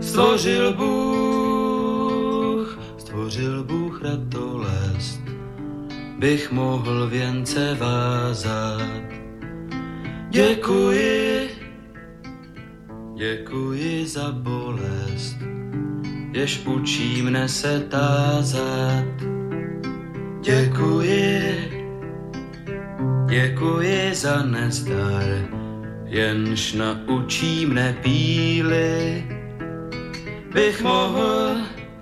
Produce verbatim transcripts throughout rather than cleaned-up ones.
Stvořil Bůh, stvořil Bůh ratolest, bych mohl věnce vázat. Děkuji, děkuji za bolest, jež učí mne se tázat. Děkuji, děkuji za nezdar, jenž naučí mne píly. Bych mohl,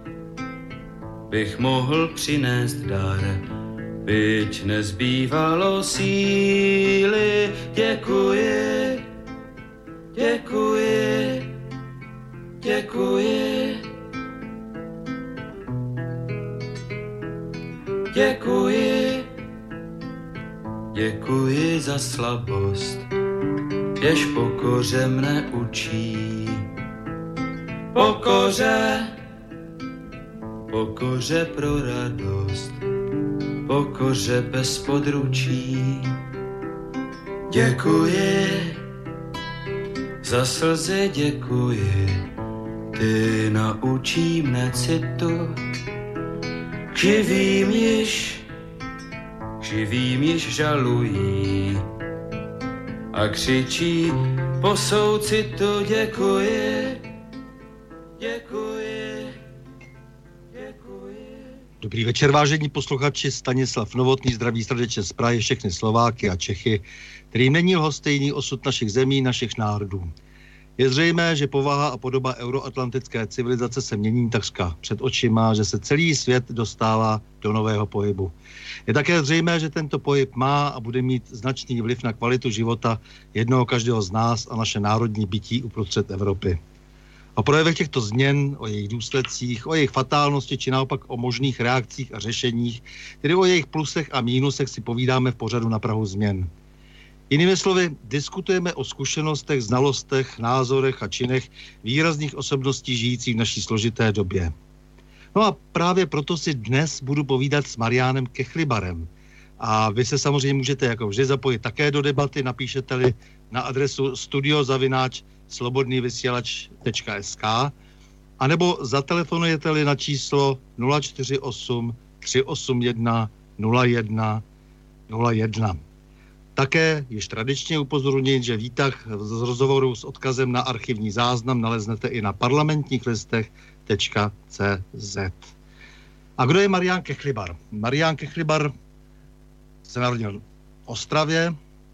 bych mohl přinést dar, byť nezbývalo síly. Děkuji, děkuji, děkuji, děkuji, děkuji za slabost, jež pokoře mne učí. Pokoře, pokoře pro radost, pokoře bez područí. Děkuji, za slzy děkuji, ty naučí mne citu. K živým již, k živým již žalují a křičí po soucitu. Děkuji, děkuji, děkuji. Dobrý večer, vážení posluchači, Stanislav Novotný zdraví srdečně z Prahy všechny Slováky a Čechy, kterým není lhostejný osud našich zemí, našich národů. Je zřejmé, že povaha a podoba euroatlantické civilizace se mění takřka před očima, že se celý svět dostává do nového pohybu. Je také zřejmé, že tento pohyb má a bude mít značný vliv na kvalitu života jednoho každého z nás a naše národní bytí uprostřed Evropy. O projevech těchto změn, o jejich důsledcích, o jejich fatálnosti či naopak o možných reakcích a řešeních, tedy o jejich plusech a mínusech si povídáme v pořadu Na prahu změn. Jinými slovy, diskutujeme o zkušenostech, znalostech, názorech a činech výrazných osobností žijících v naší složité době. No a právě proto si dnes budu povídat s Mariánem Kechlibarem. A vy se samozřejmě můžete jako vždy zapojit také do debaty, napíšete-li na adresu studio zavináč slobodný vysílač tečka es ká anebo zatelefonujete-li na číslo nula čtyři osm tři osm jedna nula jedna nula jedna. Také již tradičně upozornit, že výtah z rozhovoru s odkazem na archivní záznam naleznete i na parlamentních listech tečka cé zet. A kdo je Marián Kechlibar? Marián Kechlibar se narodil v Ostravě.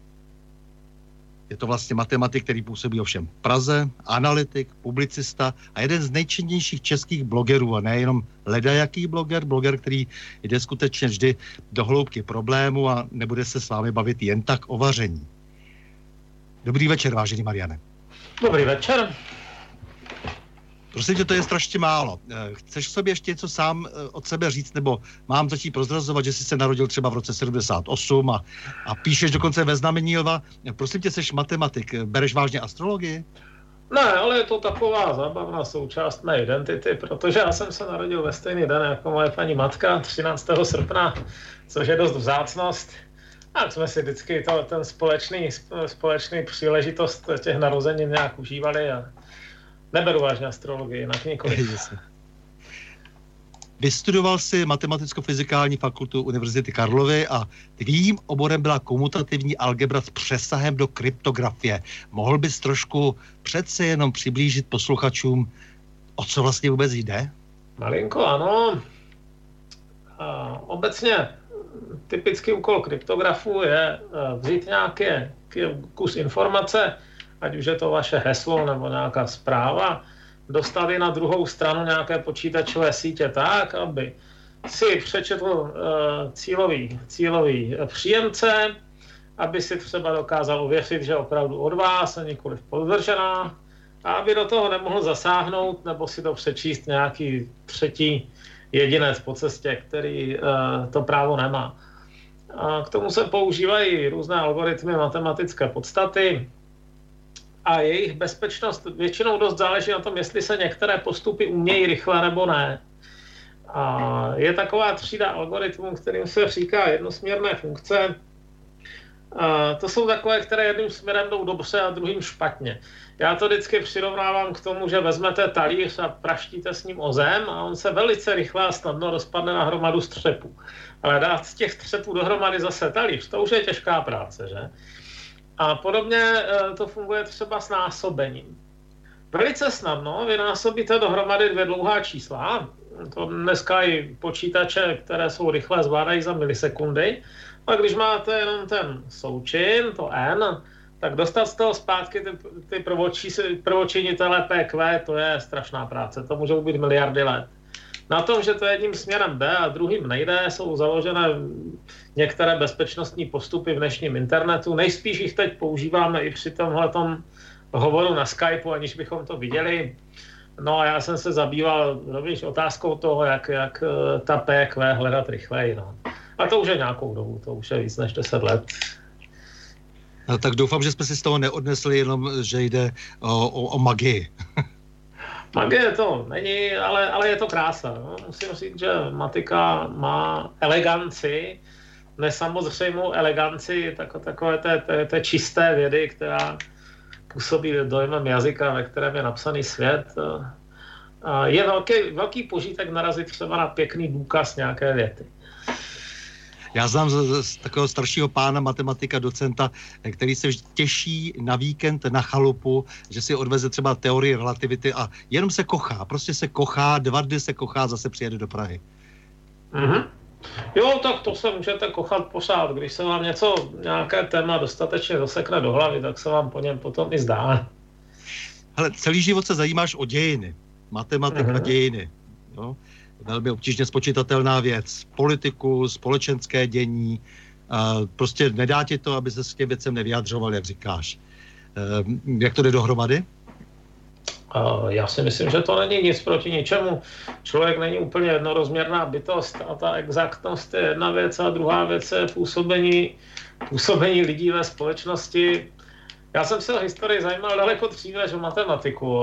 Je to vlastně matematik, který působí ovšem v Praze, analytik, publicista a jeden z nejčinnějších českých blogerů, a nejenom ledajaký bloger, bloger, který jde skutečně vždy do hloubky problému a nebude se s vámi bavit jen tak o vaření. Dobrý večer, vážený Mariane. Dobrý večer. Prosím tě, to je strašně málo. Chceš sobě ještě něco sám od sebe říct, nebo mám začít prozrazovat, že jsi se narodil třeba v roce sedmdesát osm a, a píšeš dokonce ve znamení lva? Prosím tě, jsi matematik. Bereš vážně astrologii? Ne, ale je to taková zábavná součást mé identity, protože já jsem se narodil ve stejný den jako moje paní matka, třináctého srpna, což je dost vzácnost. A jsme si vždycky to, ten společný, společný příležitost těch narozenin nějak užívali a neberu vážně astrologii, jinak nikoliv. Vystudoval si Matematicko-fyzikální fakultu Univerzity Karlovy a tvým oborem byla komutativní algebra s přesahem do kryptografie. Mohl bys trošku přece jenom přiblížit posluchačům, o co vlastně vůbec jde? Malinko, ano. A obecně typický úkol kryptografu je vzít nějaký kus informace, ať už je to vaše heslo nebo nějaká zpráva, dostat ji na druhou stranu nějaké počítačové sítě tak, aby si přečetl uh, cílový, cílový příjemce, aby si třeba dokázal uvěřit, že opravdu od vás a nikoliv podvržená, a aby do toho nemohl zasáhnout nebo si to přečíst nějaký třetí jedinec po cestě, který uh, to právo nemá. A k tomu se používají různé algoritmy matematické podstaty, a jejich bezpečnost většinou dost záleží na tom, jestli se některé postupy umějí rychle nebo ne. A je taková třída algoritmů, kterým se říká jednosměrné funkce. to jsou takové, které jedním směrem jdou dobře a druhým špatně. Já to vždycky přirovnávám k tomu, že vezmete talíř a praštíte s ním o zem a on se velice rychle a snadno rozpadne na hromadu střepů. Ale dát z těch střepů dohromady zase talíř, to už je těžká práce, že? A podobně to funguje třeba s násobením. Velice snadno vynásobíte dohromady dvě dlouhá čísla. To dneska i počítače, které jsou rychlé, zvládají za milisekundy. A když máte jenom ten součin, to n, tak dostat z toho zpátky ty, ty prvočinitele P Q, to je strašná práce. To můžou být miliardy let. Na tom, že to jedním směrem jde a druhým nejde, jsou založené některé bezpečnostní postupy v dnešním internetu. Nejspíš jich teď používáme i při tomhletom hovoru na Skypeu, aniž bychom to viděli. No a já jsem se zabýval rovněž otázkou toho, jak, jak ta P Q hledat rychleji. No. A to už je nějakou dobu, to už je víc než deset let. No, tak doufám, že jsme si z toho neodnesli jenom, že jde o, o, o magii. Magie to není, ale, ale je to krása. No. Musím říct, že matika má eleganci, nesamozřejmou eleganci, tak, takové té, té, té čisté vědy, která působí dojmem jazyka, ve kterém je napsaný svět. Je velký, velký požitek narazit třeba na pěkný důkaz nějaké věty. Já znám z, z takového staršího pána, matematika, docenta, který se těší na víkend na chalupu, že si odveze třeba teorii relativity a jenom se kochá, prostě se kochá, dva dny se kochá, zase přijede do Prahy. Mm-hmm. Jo, tak to se můžete kochat pořád. Když se vám něco, nějaké téma dostatečně zasekne do hlavy, tak se vám po něm potom i zdá. Hele, celý život se zajímáš o dějiny. Matematika, mm-hmm. dějiny. Jo? Velmi obtížně spočítatelná věc. Politiku, společenské dění. A prostě nedá ti to, aby se s těm věcem nevyjadřoval, jak říkáš. E, jak to jde dohromady? Já si myslím, že to není nic proti ničemu. Člověk není úplně jednorozměrná bytost a ta exaktnost je jedna věc a druhá věc je působení, působení lidí ve společnosti. Já jsem se o historii zajímal daleko dříve než o matematiku.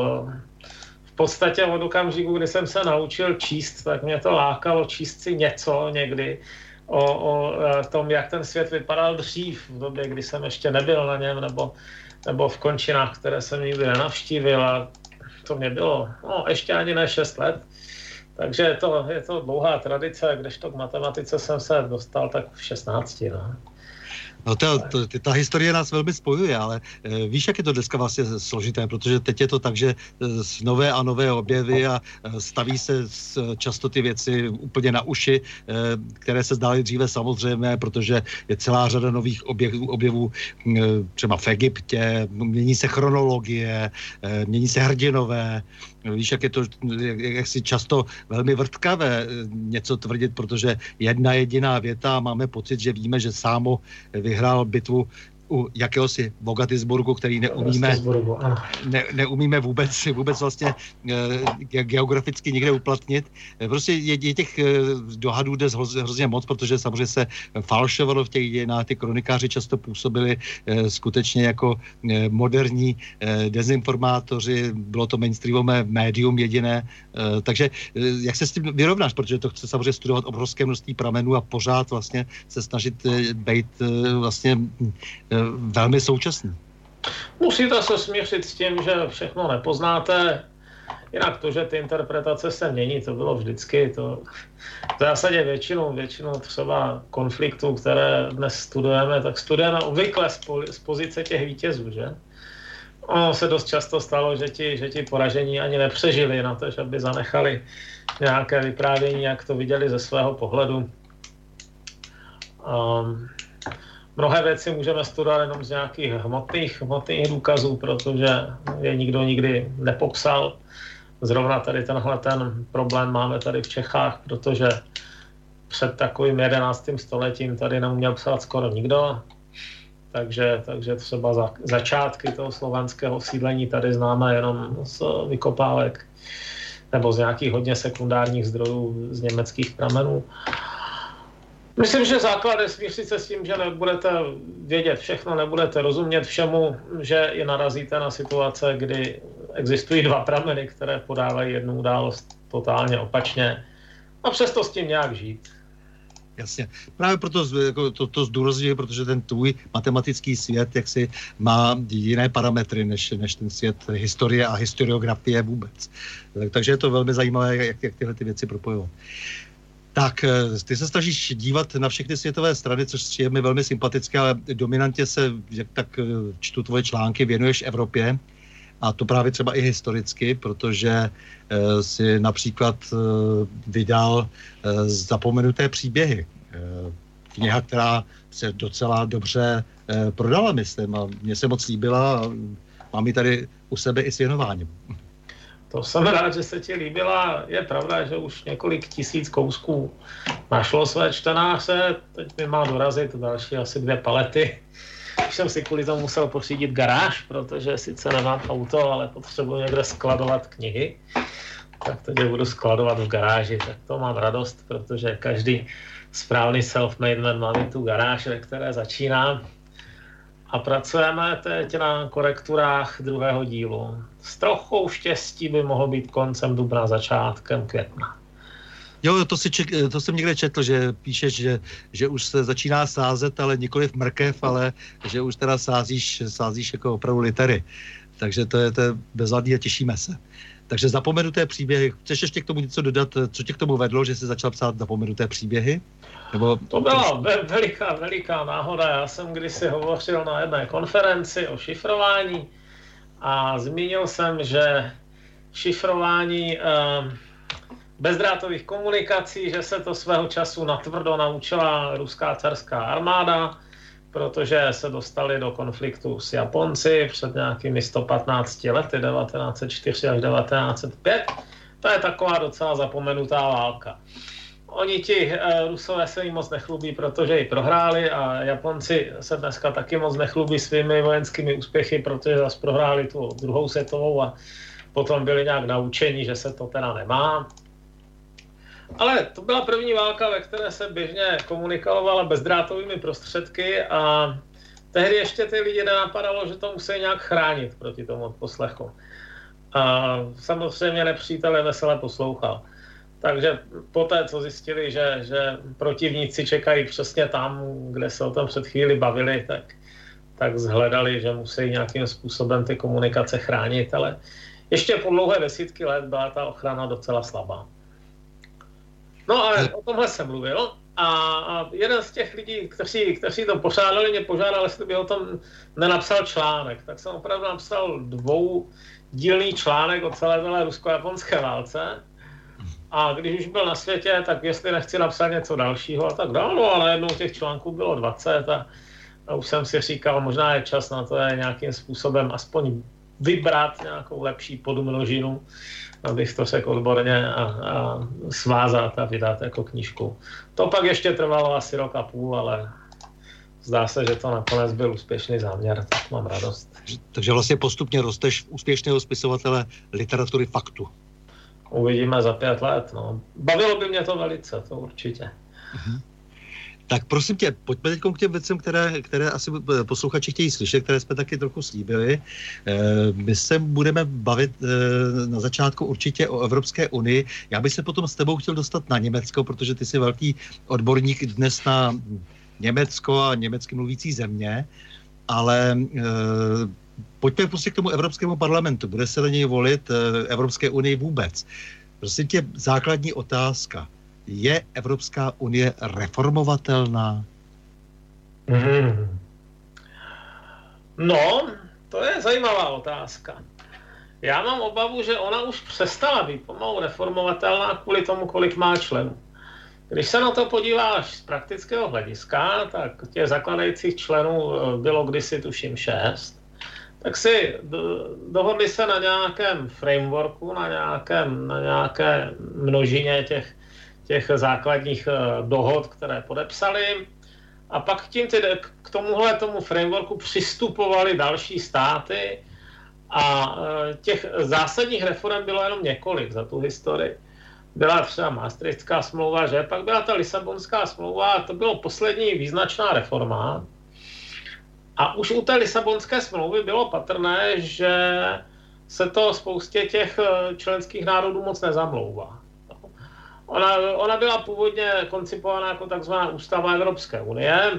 V podstatě od okamžiku, kdy jsem se naučil číst, tak mě to lákalo číst si něco někdy o, o tom, jak ten svět vypadal dřív, v době, kdy jsem ještě nebyl na něm, nebo, nebo v končinách, které jsem nikdy nenavštívil. A to mě bylo no, ještě ani ne šest let. Takže je to, je to dlouhá tradice, kdežto k matematice jsem se dostal tak v šestnácti. No. No ta, ta, ta historie nás velmi spojuje, ale e, víš, jak je to dneska vlastně složité, protože teď je to tak, že e, nové a nové objevy a e, staví se s, často ty věci úplně na uši, e, které se zdály dříve samozřejmé, protože je celá řada nových objevů, objevů e, třeba v Egyptě, mění se chronologie, e, mění se hrdinové. Víš, jak je to jak, jak si často velmi vrtkavé něco tvrdit, protože jedna jediná věta, máme pocit, že víme, že Sámo vyhrál bitvu u jakéhosi Bogatisburgu, který neumíme, ne, neumíme vůbec, vůbec vlastně e, geograficky nikde uplatnit. Prostě je, je těch dohadů jde hrozně moc, protože samozřejmě se falšovalo v těch dějinách, ty kronikáři často působili e, skutečně jako e, moderní e, dezinformátoři, bylo to mainstreamové médium jediné, e, takže e, jak se s tím vyrovnáš, protože to chce samozřejmě studovat obrovské množství pramenů a pořád vlastně se snažit e, být e, vlastně e, velmi současný. Musíte se smířit s tím, že všechno nepoznáte. Jinak to, že ty interpretace se mění, to bylo vždycky. To v zásadě většinou, většinou třeba konfliktů, které dnes studujeme, tak studujeme obvykle z, po, z pozice těch vítězů, že? Ono se dost často stalo, že ti, že ti poražení ani nepřežili na to, že by zanechali nějaké vyprávění, jak to viděli ze svého pohledu. Um, Mnohé věci můžeme studovat jenom z nějakých hmotných, hmotných důkazů, protože je nikdo nikdy nepopsal. Zrovna tady tenhle ten problém máme tady v Čechách, protože před takovým jedenáctým stoletím tady neuměl psát skoro nikdo. Takže, takže třeba za, začátky toho slovanského sídlení tady známe jenom z vykopávek nebo z nějakých hodně sekundárních zdrojů z německých pramenů. Myslím, že základ je smířit se s tím, že nebudete vědět všechno, nebudete rozumět všemu, že i narazíte na situace, kdy existují dva prameny, které podávají jednu událost totálně opačně a přesto s tím nějak žít. Jasně. Právě proto jako to, to zdůrazňuji, protože ten tvůj matematický svět jaksi má jiné parametry než, než ten svět historie a historiografie vůbec. Takže je to velmi zajímavé, jak, jak tyhle ty věci propojovat. Tak, ty se snažíš dívat na všechny světové strany, což je mi velmi sympatické, ale dominantně se, jak tak čtu tvoje články, věnuješ Evropě. A to právě třeba i historicky, protože e, si například e, vydal e, Zapomenuté příběhy. E, kniha, která se docela dobře e, prodala, myslím, a mně se moc líbila a mám ji tady u sebe i s věnováním. To jsem rád, že se ti líbila. Je pravda, že už několik tisíc kousků našlo své čtenáře. Teď mi má dorazit další asi dvě palety. Už jsem si kvůli tomu musel pořídit garáž, protože sice nemám auto, ale potřebuji někde skladovat knihy. Tak teď je budu skladovat v garáži. Tak to mám radost, protože každý správný self-made man má mít tu garáž, ve které začínám. A pracujeme teď na korekturách druhého dílu. S trochou štěstí by mohlo být koncem dubna, začátkem května. Jo, to, si ček, to jsem někde četl, že píšeš, že, že už se začíná sázet, ale nikoliv mrkev, ale že už teda sázíš, sázíš jako opravdu litery. Takže to je, to je bezvadný a těšíme se. Takže Zapomenuté příběhy. Chceš ještě k tomu něco dodat? Co tě k tomu vedlo, že jsi začal psát Zapomenuté příběhy? Nebo... To byla ve- veliká, veliká náhoda. Já jsem kdysi hovořil na jedné konferenci o šifrování a zmínil jsem, že šifrování eh, bezdrátových komunikací, že se to svého času natvrdo naučila ruská carská armáda, protože se dostali do konfliktu s Japonci před nějakými sto patnácti lety, devatenáct set čtyři až devatenáct set pět. To je taková docela zapomenutá válka. Oni ti eh, Rusové se jim moc nechlubí, protože ji prohráli a Japonci se dneska taky moc nechlubí svými vojenskými úspěchy, protože zase prohráli tu druhou světovou a potom byli nějak naučeni, že se to teda nemá. Ale to byla první válka, ve které se běžně komunikovala bezdrátovými prostředky a tehdy ještě ty lidi nenapadalo, že to musí nějak chránit proti tomu odposlechu. A samozřejmě nepřítel je veselé poslouchal. Takže poté, co zjistili, že, že protivníci čekají přesně tam, kde se o tom před chvíli bavili, tak, tak zhledali, že musí nějakým způsobem ty komunikace chránit, ale ještě po dlouhé desítky let byla ta ochrana docela slabá. No ale o tomhle jsem mluvil a, a jeden z těch lidí, kteří, kteří to pořádali, mě požádal, jestli by o tom nenapsal článek. Tak jsem opravdu napsal dvoudílný článek o celé té rusko-japonské válce. A když už byl na světě, tak jestli nechci napsat něco dalšího a tak dále, no, ale jednou těch článků bylo dvacet a, a už jsem si říkal, možná je čas na to je nějakým způsobem aspoň vybrat nějakou lepší podmnožinu, abych to řekl odborně a, a svázat a vydat jako knížku. To pak ještě trvalo asi rok a půl, ale zdá se, že to nakonec byl úspěšný záměr, tak mám radost. Takže vlastně postupně rosteš úspěšného spisovatele literatury faktu. Uvidíme za pět let, no. Bavilo by mě to velice, to určitě. Mhm. Tak prosím tě, pojďme teď k těm věcem, které, které asi posluchači chtějí slyšet, které jsme taky trochu slíbili. My se budeme bavit na začátku určitě o Evropské unii. Já bych se potom s tebou chtěl dostat na Německo, protože ty jsi velký odborník dnes na Německo a německy mluvící země, ale pojďme prostě k tomu Evropskému parlamentu. Bude se na něj volit Evropské unii vůbec? Prosím tě, základní otázka. Je Evropská unie reformovatelná? Hmm. No, to je zajímavá otázka. Já mám obavu, že ona už přestala být pomalu reformovatelná kvůli tomu, kolik má členů. Když se na to podíváš z praktického hlediska, tak těch zakladajících členů bylo kdysi tuším šest, tak si dohodli se na nějakém frameworku, na, nějakém, na nějaké množině těch těch základních dohod, které podepsali. A pak k, tím ty, k tomuhle tomu frameworku přistupovali další státy a těch zásadních reform bylo jenom několik za tu historii. Byla třeba Maastrichtská smlouva, že? Pak byla ta Lisabonská smlouva a to bylo poslední význačná reforma. A už u té Lisabonské smlouvy bylo patrné, že se to spoustě těch členských národů moc nezamlouvá. Ona, ona byla původně koncipovaná jako takzvaná ústava Evropské unie.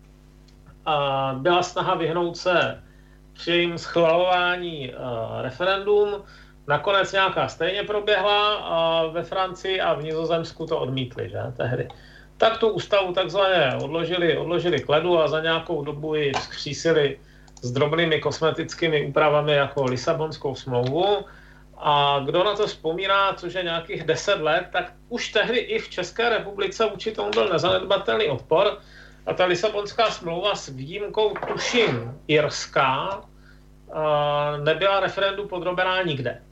A byla snaha vyhnout se při jejím schvalování uh, referendum. Nakonec nějaká stejně proběhla a ve Francii a v Nizozemsku to odmítli, že, tehdy. Tak tu ústavu takzvaně odložili, odložili k ledu a za nějakou dobu ji vzkřísili s drobnými kosmetickými úpravami jako Lisabonskou smlouvu. A kdo na to vzpomíná, což je nějakých deset let, tak už tehdy i v České republice vůči tomu byl nezanedbatelný odpor. A ta Lisabonská smlouva s výjimkou, tuším, Irska, nebyla referendu podrobená nikde.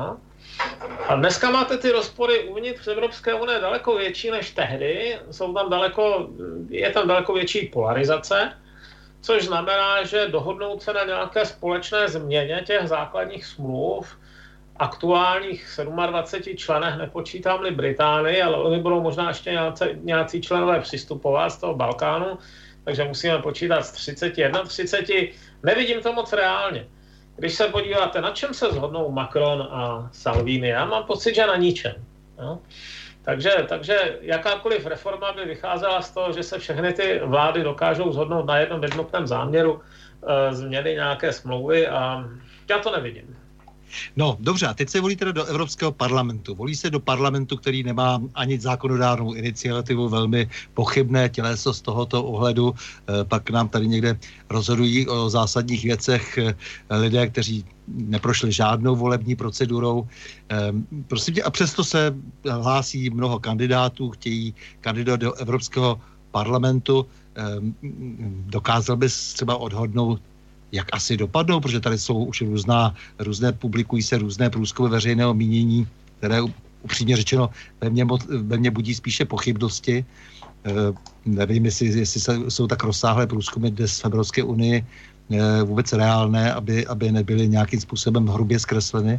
A dneska máte ty rozpory uvnitř Evropské unie daleko větší než tehdy. Jsou tam daleko, je tam daleko větší polarizace, což znamená, že dohodnout se na nějaké společné změně těch základních smluv, aktuálních dvaceti sedmi členech, nepočítám-li Británii, ale oni budou možná ještě nějací, nějací členové přistupovat z toho Balkánu, takže musíme počítat z třiceti, třiceti jedna. Nevidím to moc reálně. Když se podíváte, na čem se shodnou Macron a Salvini, já mám pocit, že na ničem. No? Takže, takže jakákoliv reforma by vycházela z toho, že se všechny ty vlády dokážou shodnout na jednom jednotném záměru e, změny nějaké smlouvy a já to nevidím. No, dobře, a teď se volí teda do Evropského parlamentu. Volí se do parlamentu, který nemá ani zákonodárnou iniciativu, velmi pochybné těleso z tohoto ohledu. E, pak nám tady někde rozhodují o zásadních věcech e, lidé, kteří neprošli žádnou volební procedurou. E, prosím tě, a přesto se hlásí mnoho kandidátů, chtějí kandidovat do Evropského parlamentu. E, dokázal bys třeba odhodnout, jak asi dopadnou, protože tady jsou už různá, různé, publikují se různé průzkumy veřejného mínění, které upřímně řečeno ve mně, ve mně budí spíše pochybnosti. E, nevím, jestli, jestli jsou tak rozsáhlé průzkumy dnes v Evropské unii e, vůbec reálné, aby, aby nebyly nějakým způsobem hrubě zkresleny.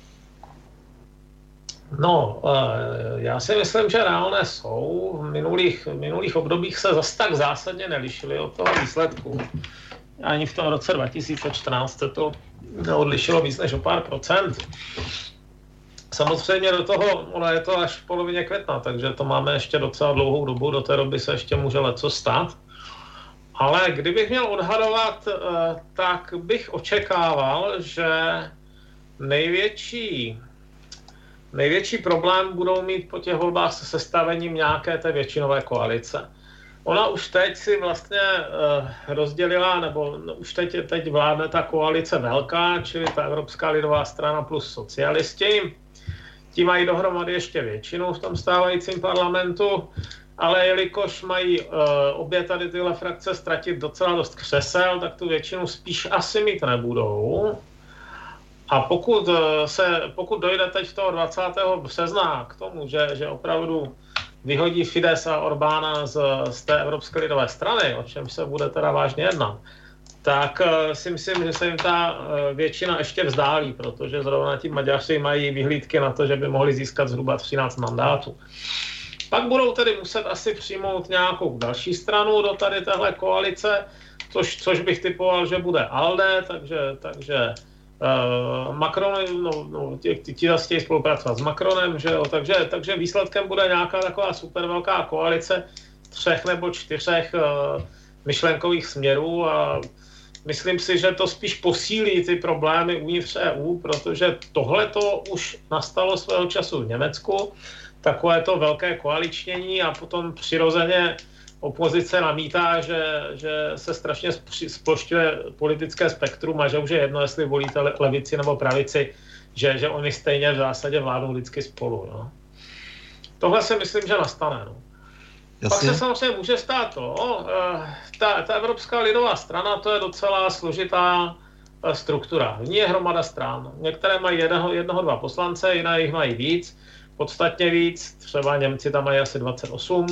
No, já si myslím, že reálné jsou. V minulých, v minulých obdobích se zase tak zásadně nelišily od toho výsledku. Ani v tom roce dva tisíce čtrnáct se to neodlišilo víc než o pár procent. Samozřejmě do toho, ono je to až v polovině května, takže to máme ještě docela dlouhou dobu, do té doby se ještě může leco stát. Ale kdybych měl odhadovat, tak bych očekával, že největší, největší problém budou mít po těch volbách se sestavením nějaké té většinové koalice. Ona už teď si vlastně uh, rozdělila, nebo no, už teď, teď vládne ta koalice velká, čili ta Evropská lidová strana plus socialisti. Ti mají dohromady ještě většinu v tom stávajícím parlamentu, ale jelikož mají uh, obě tady tyhle frakce ztratit docela dost křesel, tak tu většinu spíš asi mít nebudou. A pokud, uh, se, pokud dojde teď toho dvacátého března k tomu, že, že opravdu vyhodí Fidesz a Orbána z, z té Evropské lidové strany, o čem se bude teda vážně jednat, tak uh, si myslím, že se jim ta uh, většina ještě vzdálí, protože zrovna ti Maďaři mají vyhlídky na to, že by mohli získat zhruba třináct mandátů. Pak budou tedy muset asi přijmout nějakou další stranu do tady téhle koalice, což, což bych typoval, že bude ALDE, takže, takže Uh, Macron, no, no, ti, ti zase chtějí spolupracovat s Macronem, že jo, takže, takže výsledkem bude nějaká taková super velká koalice třech nebo čtyřech uh, myšlenkových směrů a myslím si, že to spíš posílí ty problémy uvnitř E U, protože tohleto už nastalo svého času v Německu, takové to velké koaličnění a potom přirozeně opozice namítá, že, že se strašně splošťuje politické spektrum a že už je jedno, jestli volíte levici nebo pravici, že, že oni stejně v zásadě vládnou vždycky spolu. No. Tohle si myslím, že nastane. No. Pak se samozřejmě může stát to. Ta, ta Evropská lidová strana, to je docela složitá struktura. V ní je hromada stran. Některé mají jednoho, jednoho dva poslance, jiné jich mají víc, podstatně víc. Třeba Němci tam mají asi dvacet osm.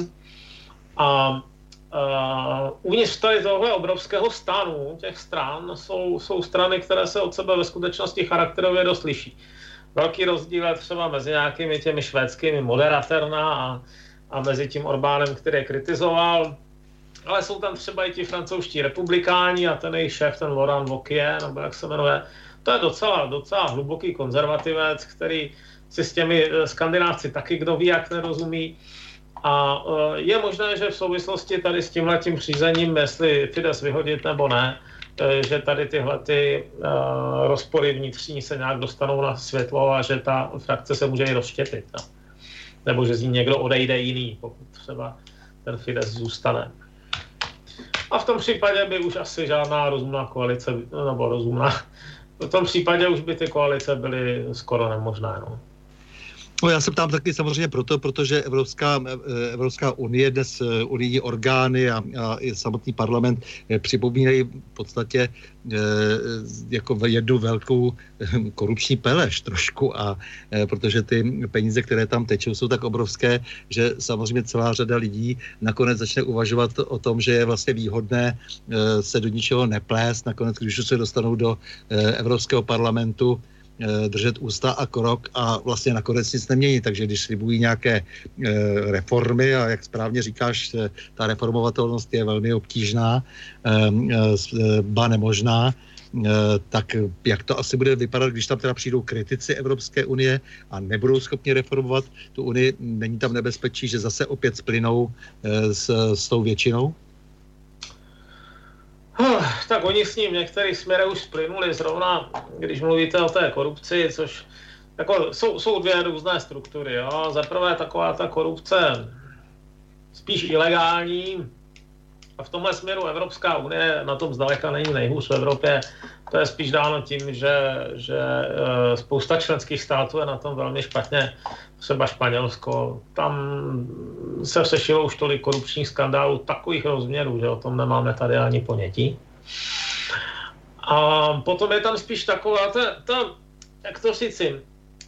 A uh, uvnitř tady tohle obrovského stanu těch stran jsou, jsou strany, které se od sebe ve skutečnosti charakterově dost liší. Velký rozdíl je třeba mezi nějakými těmi švédskými Moderaterna a, a mezi tím Orbánem, který je kritizoval. Ale jsou tam třeba i ti francouzští republikáni a ten jejich šéf, ten Laurent Wauquiez, nebo jak se jmenuje. To je docela, docela hluboký konzervativec, který si s těmi Skandinávci taky kdo ví, jak nerozumí. A je možné, že v souvislosti tady s tímhletím řízením, jestli Fidesz vyhodit nebo ne, že tady tyhle ty rozpory vnitřní se nějak dostanou na světlo a že ta frakce se může i rozštěpit. No. Nebo že z ní někdo odejde jiný, pokud třeba ten Fidesz zůstane. A v tom případě by už asi žádná rozumná koalice, nebo rozumná, v tom případě už by ty koalice byly skoro nemožné. No. No, já se ptám taky samozřejmě proto, protože Evropská, Evropská unie, dnes unijní orgány a, a i samotný parlament připomínají v podstatě e, jako jednu velkou korupční peleš trošku, a e, protože ty peníze, které tam tečou, jsou tak obrovské, že samozřejmě celá řada lidí nakonec začne uvažovat o tom, že je vlastně výhodné e, se do ničeho neplést, nakonec, když se dostanou do e, Evropského parlamentu, držet ústa a krok a vlastně nakonec nic nemění. Takže když slibují nějaké e, reformy, a jak správně říkáš, ta reformovatelnost je velmi obtížná, e, e, ba nemožná, e, tak jak to asi bude vypadat, když tam teda přijdou kritici Evropské unie a nebudou schopni reformovat tu unii, není tam nebezpečí, že zase opět splynou e, s, s tou většinou? Tak oni s ním v některých směrech už splynuli, zrovna když mluvíte o té korupci, což jako, jsou, jsou dvě různé struktury. Jo. Za prvé taková ta korupce spíš ilegální, a v tomhle směru Evropská unie na tom zdaleka není nejhůř v Evropě. To je spíš dáno tím, že, že spousta členských států je na tom velmi špatně. Třeba Španělsko, tam se sešilo už tolik korupčních skandálů takových rozměrů, že o tom nemáme tady ani ponětí. A potom je tam spíš taková ta, ta jak to říci,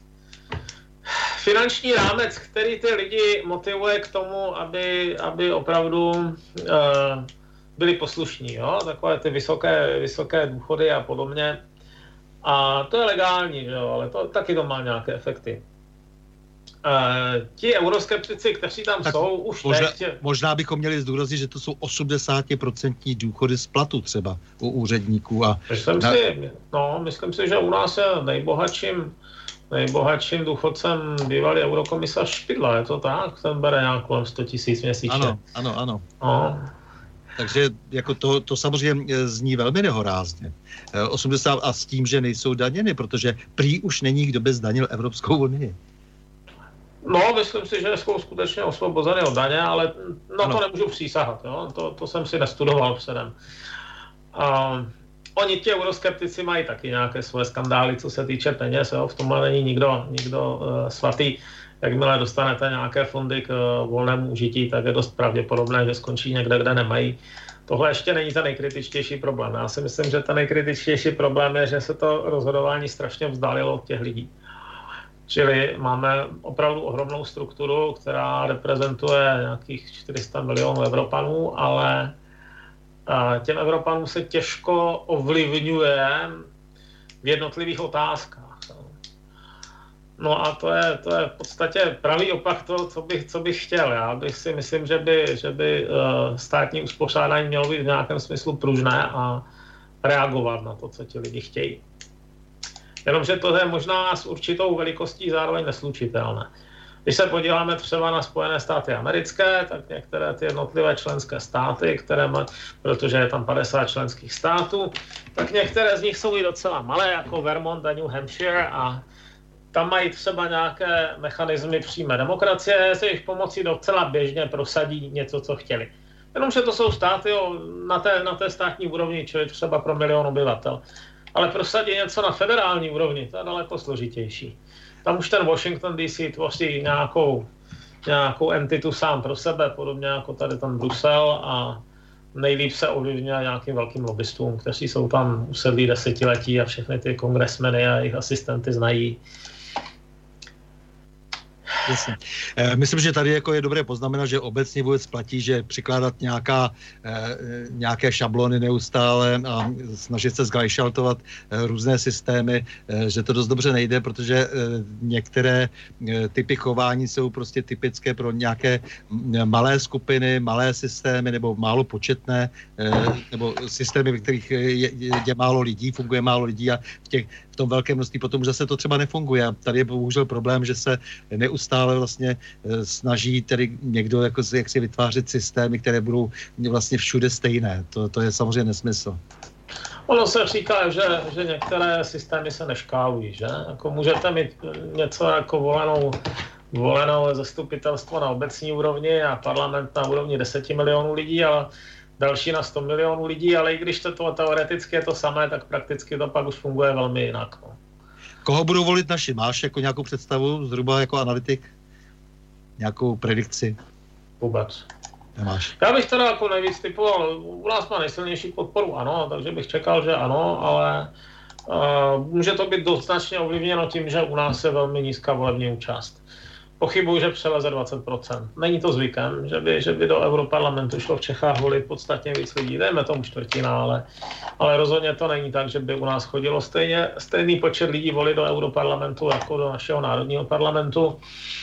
finanční rámec, který ty lidi motivuje k tomu, aby, aby opravdu uh, byli poslušní, jo? Takové ty vysoké, vysoké důchody a podobně. A to je legální, že jo? Ale to, taky to má nějaké efekty. Uh, ti euroskeptici, kteří tam tak jsou, už možná, teď... Možná bychom měli zdůraznit, že to jsou osmdesát procent důchody z platu třeba u úředníků. A myslím, na... si, no, myslím si, že u nás je nejbohatším, nejbohatším důchodcem bývalý eurokomisař Špidla, je to tak? Ten bere nějak kolem sto tisíc měsíčně. Ano, ano, ano. No. Takže jako to, to samozřejmě zní velmi nehorázně. osmdesát a s tím, že nejsou daněny, protože prý už není kdo by zdanil Evropskou unii. No, myslím si, že jsou skutečně osvobozeny od daně, ale na ano. to nemůžu přísahat, jo? To, to jsem si nestudoval předem. Uh, oni, ti euroskeptici, mají taky nějaké svoje skandály, co se týče peněz, jo? V tomhle není nikdo, nikdo uh, svatý. Jakmile dostanete nějaké fondy k uh, volnému užití, tak je dost pravděpodobné, že skončí někde, kde nemají. Tohle ještě není ten nejkritičtější problém. Já si myslím, že ten nejkritičtější problém je, že se to rozhodování strašně vzdálilo od těch lidí. Čili máme opravdu ohromnou strukturu, která reprezentuje nějakých čtyři sta milionů Evropanů, ale těm Evropanům se těžko ovlivňuje v jednotlivých otázkách. No a to je, to je v podstatě pravý opak toho, co bych, co bych chtěl. Já bych si myslím, že by, že by státní uspořádání mělo být v nějakém smyslu pružné a reagovat na to, co ti lidi chtějí. Jenomže to je možná s určitou velikostí zároveň neslučitelné. Když se podíváme třeba na Spojené státy americké, tak některé ty jednotlivé členské státy, které má, protože je tam padesát členských států, tak některé z nich jsou i docela malé, jako Vermont a New Hampshire, a tam mají třeba nějaké mechanismy přímé demokracie, se jejich pomocí docela běžně prosadí něco, co chtěli. Jenomže to jsou státy na té, na té státní úrovni, čili třeba pro milion obyvatel. Ale prosadit něco na federální úrovni, to je daleko složitější. Tam už ten Washington D C tvoří nějakou, nějakou entitu sám pro sebe, podobně jako tady ten Brusel, a nejlíp se ovlivňuje nějakým velkým lobbystům, kteří jsou tam usedlí desetiletí a všechny ty kongresmeny a jejich asistenty znají. Jasně. Myslím, že tady jako je dobré poznamenat, že obecně vůbec platí, že přikládat nějaká, nějaké šablony neustále a snažit se zglajšaltovat různé systémy, že to dost dobře nejde, protože některé typy chování jsou prostě typické pro nějaké malé skupiny, malé systémy nebo málo početné, nebo systémy, ve kterých je, je málo lidí, funguje málo lidí a v, těch, v tom velkém množství potom zase to třeba nefunguje. A tady je bohužel problém, že se neustále vlastně snaží tedy někdo jako, jak si vytvářet systémy, které budou vlastně všude stejné. To, to je samozřejmě nesmysl. Ono se říká, že, že některé systémy se neškálují, že? Jako můžete mít něco jako volenou, volenou zastupitelstvo na obecní úrovni a parlament na úrovni deseti milionů lidí, ale další na sto milionů lidí, ale i když to, to teoreticky je to samé, tak prakticky to pak už funguje velmi jinak. No. Koho budou volit naši? Máš jako nějakou představu, zhruba jako analytik? Nějakou predikci? Vůbec. Nemáš. Já bych teda jako nejvíc typoval, u nás má nejsilnější podporu ano, takže bych čekal, že ano, ale uh, může to být dostatečně ovlivněno tím, že u nás je velmi nízká volební účast. Pochybuji, že přeleze dvacet procent. Není to zvykem, že by, že by do Europarlamentu šlo v Čechách volit podstatně víc lidí, dejme tomu čtvrtina, ale, ale rozhodně to není tak, že by u nás chodilo stejně, stejný počet lidí volit do Europarlamentu jako do našeho národního parlamentu.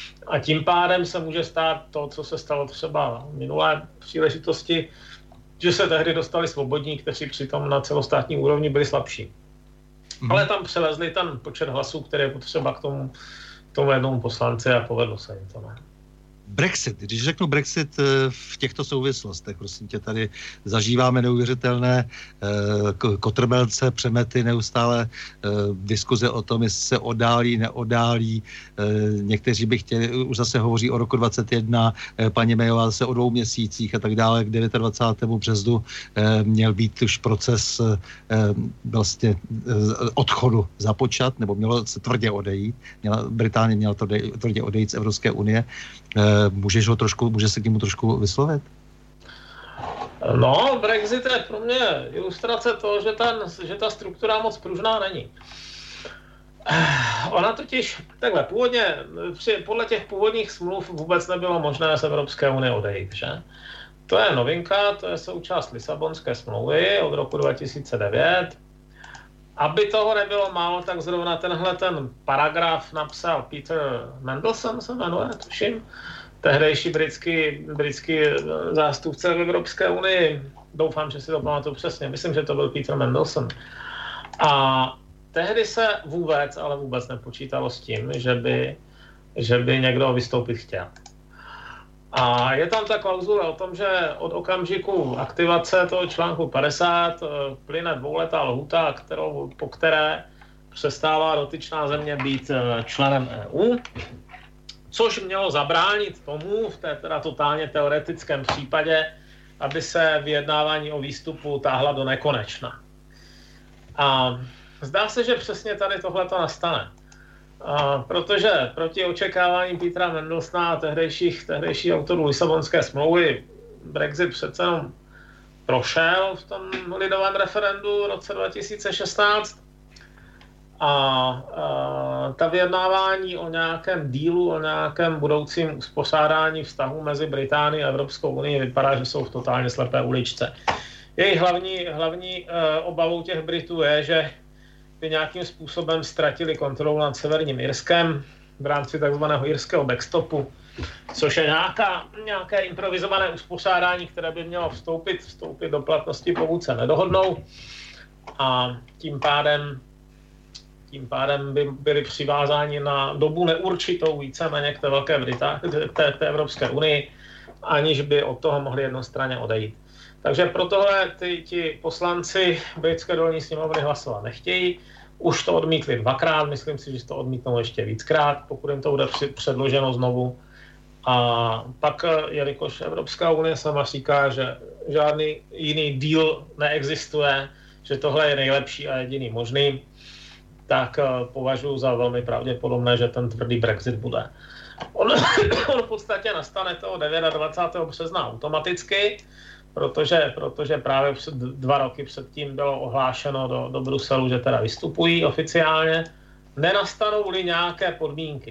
A tím pádem se může stát to, co se stalo třeba v minulé příležitosti, že se tehdy dostali svobodní, kteří přitom na celostátní úrovni byli slabší. Mm. Ale tam přelezli ten počet hlasů, který je potřeba k tomu, k tomu jednomu poslanci a povedlo se jim to. Ne? Brexit. Když řeknu Brexit v těchto souvislostech, prosím tě, tady zažíváme neuvěřitelné kotrmelce, přemety, neustále diskuze o tom, jestli se odálí, neodálí. Někteří by chtěli, už zase hovoří o roku dvacet jedna, paní Mayová zase o dvou měsících a tak dále. K dvacátého devátého březnu měl být už proces vlastně odchodu započat, nebo mělo se tvrdě odejít. Měla, Británie měla tvrdě odejít z Evropské unie. Můžeš ho trošku, může se k němu trošku vyslovit? No, Brexit je pro mě ilustrace toho, že, ten, že ta struktura moc pružná není. Ona totiž, takhle, původně, při, podle těch původních smluv vůbec nebylo možné z Evropské unie odejít, že? To je novinka, to je součást Lisabonské smlouvy od roku dva tisíce devět. Aby toho nebylo málo, tak zrovna tenhle ten paragraf napsal Peter Mandelson, se jmenuje, tuším, tehdejší britský, britský zástupce v Evropské unii. Doufám, že si to pamatuju přesně. Myslím, že to byl Peter Mandelson. A tehdy se vůbec, ale vůbec nepočítalo s tím, že by, že by někdo vystoupit chtěl. A je tam ta klauzule o tom, že od okamžiku aktivace toho článku padesát plyne dvouletá lhůta, kterou, po které přestává dotyčná země být členem E U, což mělo zabránit tomu, v té teda totálně teoretickém případě, aby se vyjednávání o výstupu táhla do nekonečna. A zdá se, že přesně tady tohleto nastane. A protože proti očekávání Petera Mandelsona a tehdejších, tehdejších autorů Lisabonské smlouvy Brexit přece jenom prošel v tom lidovém referendu v roce dva tisíce šestnáct a, a ta vyjednávání o nějakém dílu, o nějakém budoucím uspořádání vztahu mezi Británií a Evropskou unii vypadá, že jsou v totálně slepé uličce. Jejich hlavní, hlavní uh, obavou těch Britů je, že by nějakým způsobem ztratili kontrolu nad Severním Irskem v rámci takzvaného irského backstopu, což je nějaká, nějaké improvizované uspořádání, které by mělo vstoupit, vstoupit do platnosti, pokud se nedohodnou. A tím pádem, tím pádem by byli přivázáni na dobu neurčitou víceméně k té Velké Británii, k té, té Evropské unii, aniž by od toho mohli jednostranně odejít. Takže pro tohle ty, ti poslanci britské dolní sněmovny hlasovat nechtějí. Už to odmítli dvakrát, myslím si, že to odmítnou ještě víckrát, pokud jim to bude předloženo znovu. A pak, jelikož Evropská unie sama říká, že žádný jiný deal neexistuje, že tohle je nejlepší a jediný možný, tak považuji za velmi pravděpodobné, že ten tvrdý Brexit bude. On, on v podstatě nastane toho dvacátého devátého března automaticky, Protože, protože právě před dva roky předtím bylo ohlášeno do, do Bruselu, že teda vystupují oficiálně. Nenastanou-li nějaké podmínky.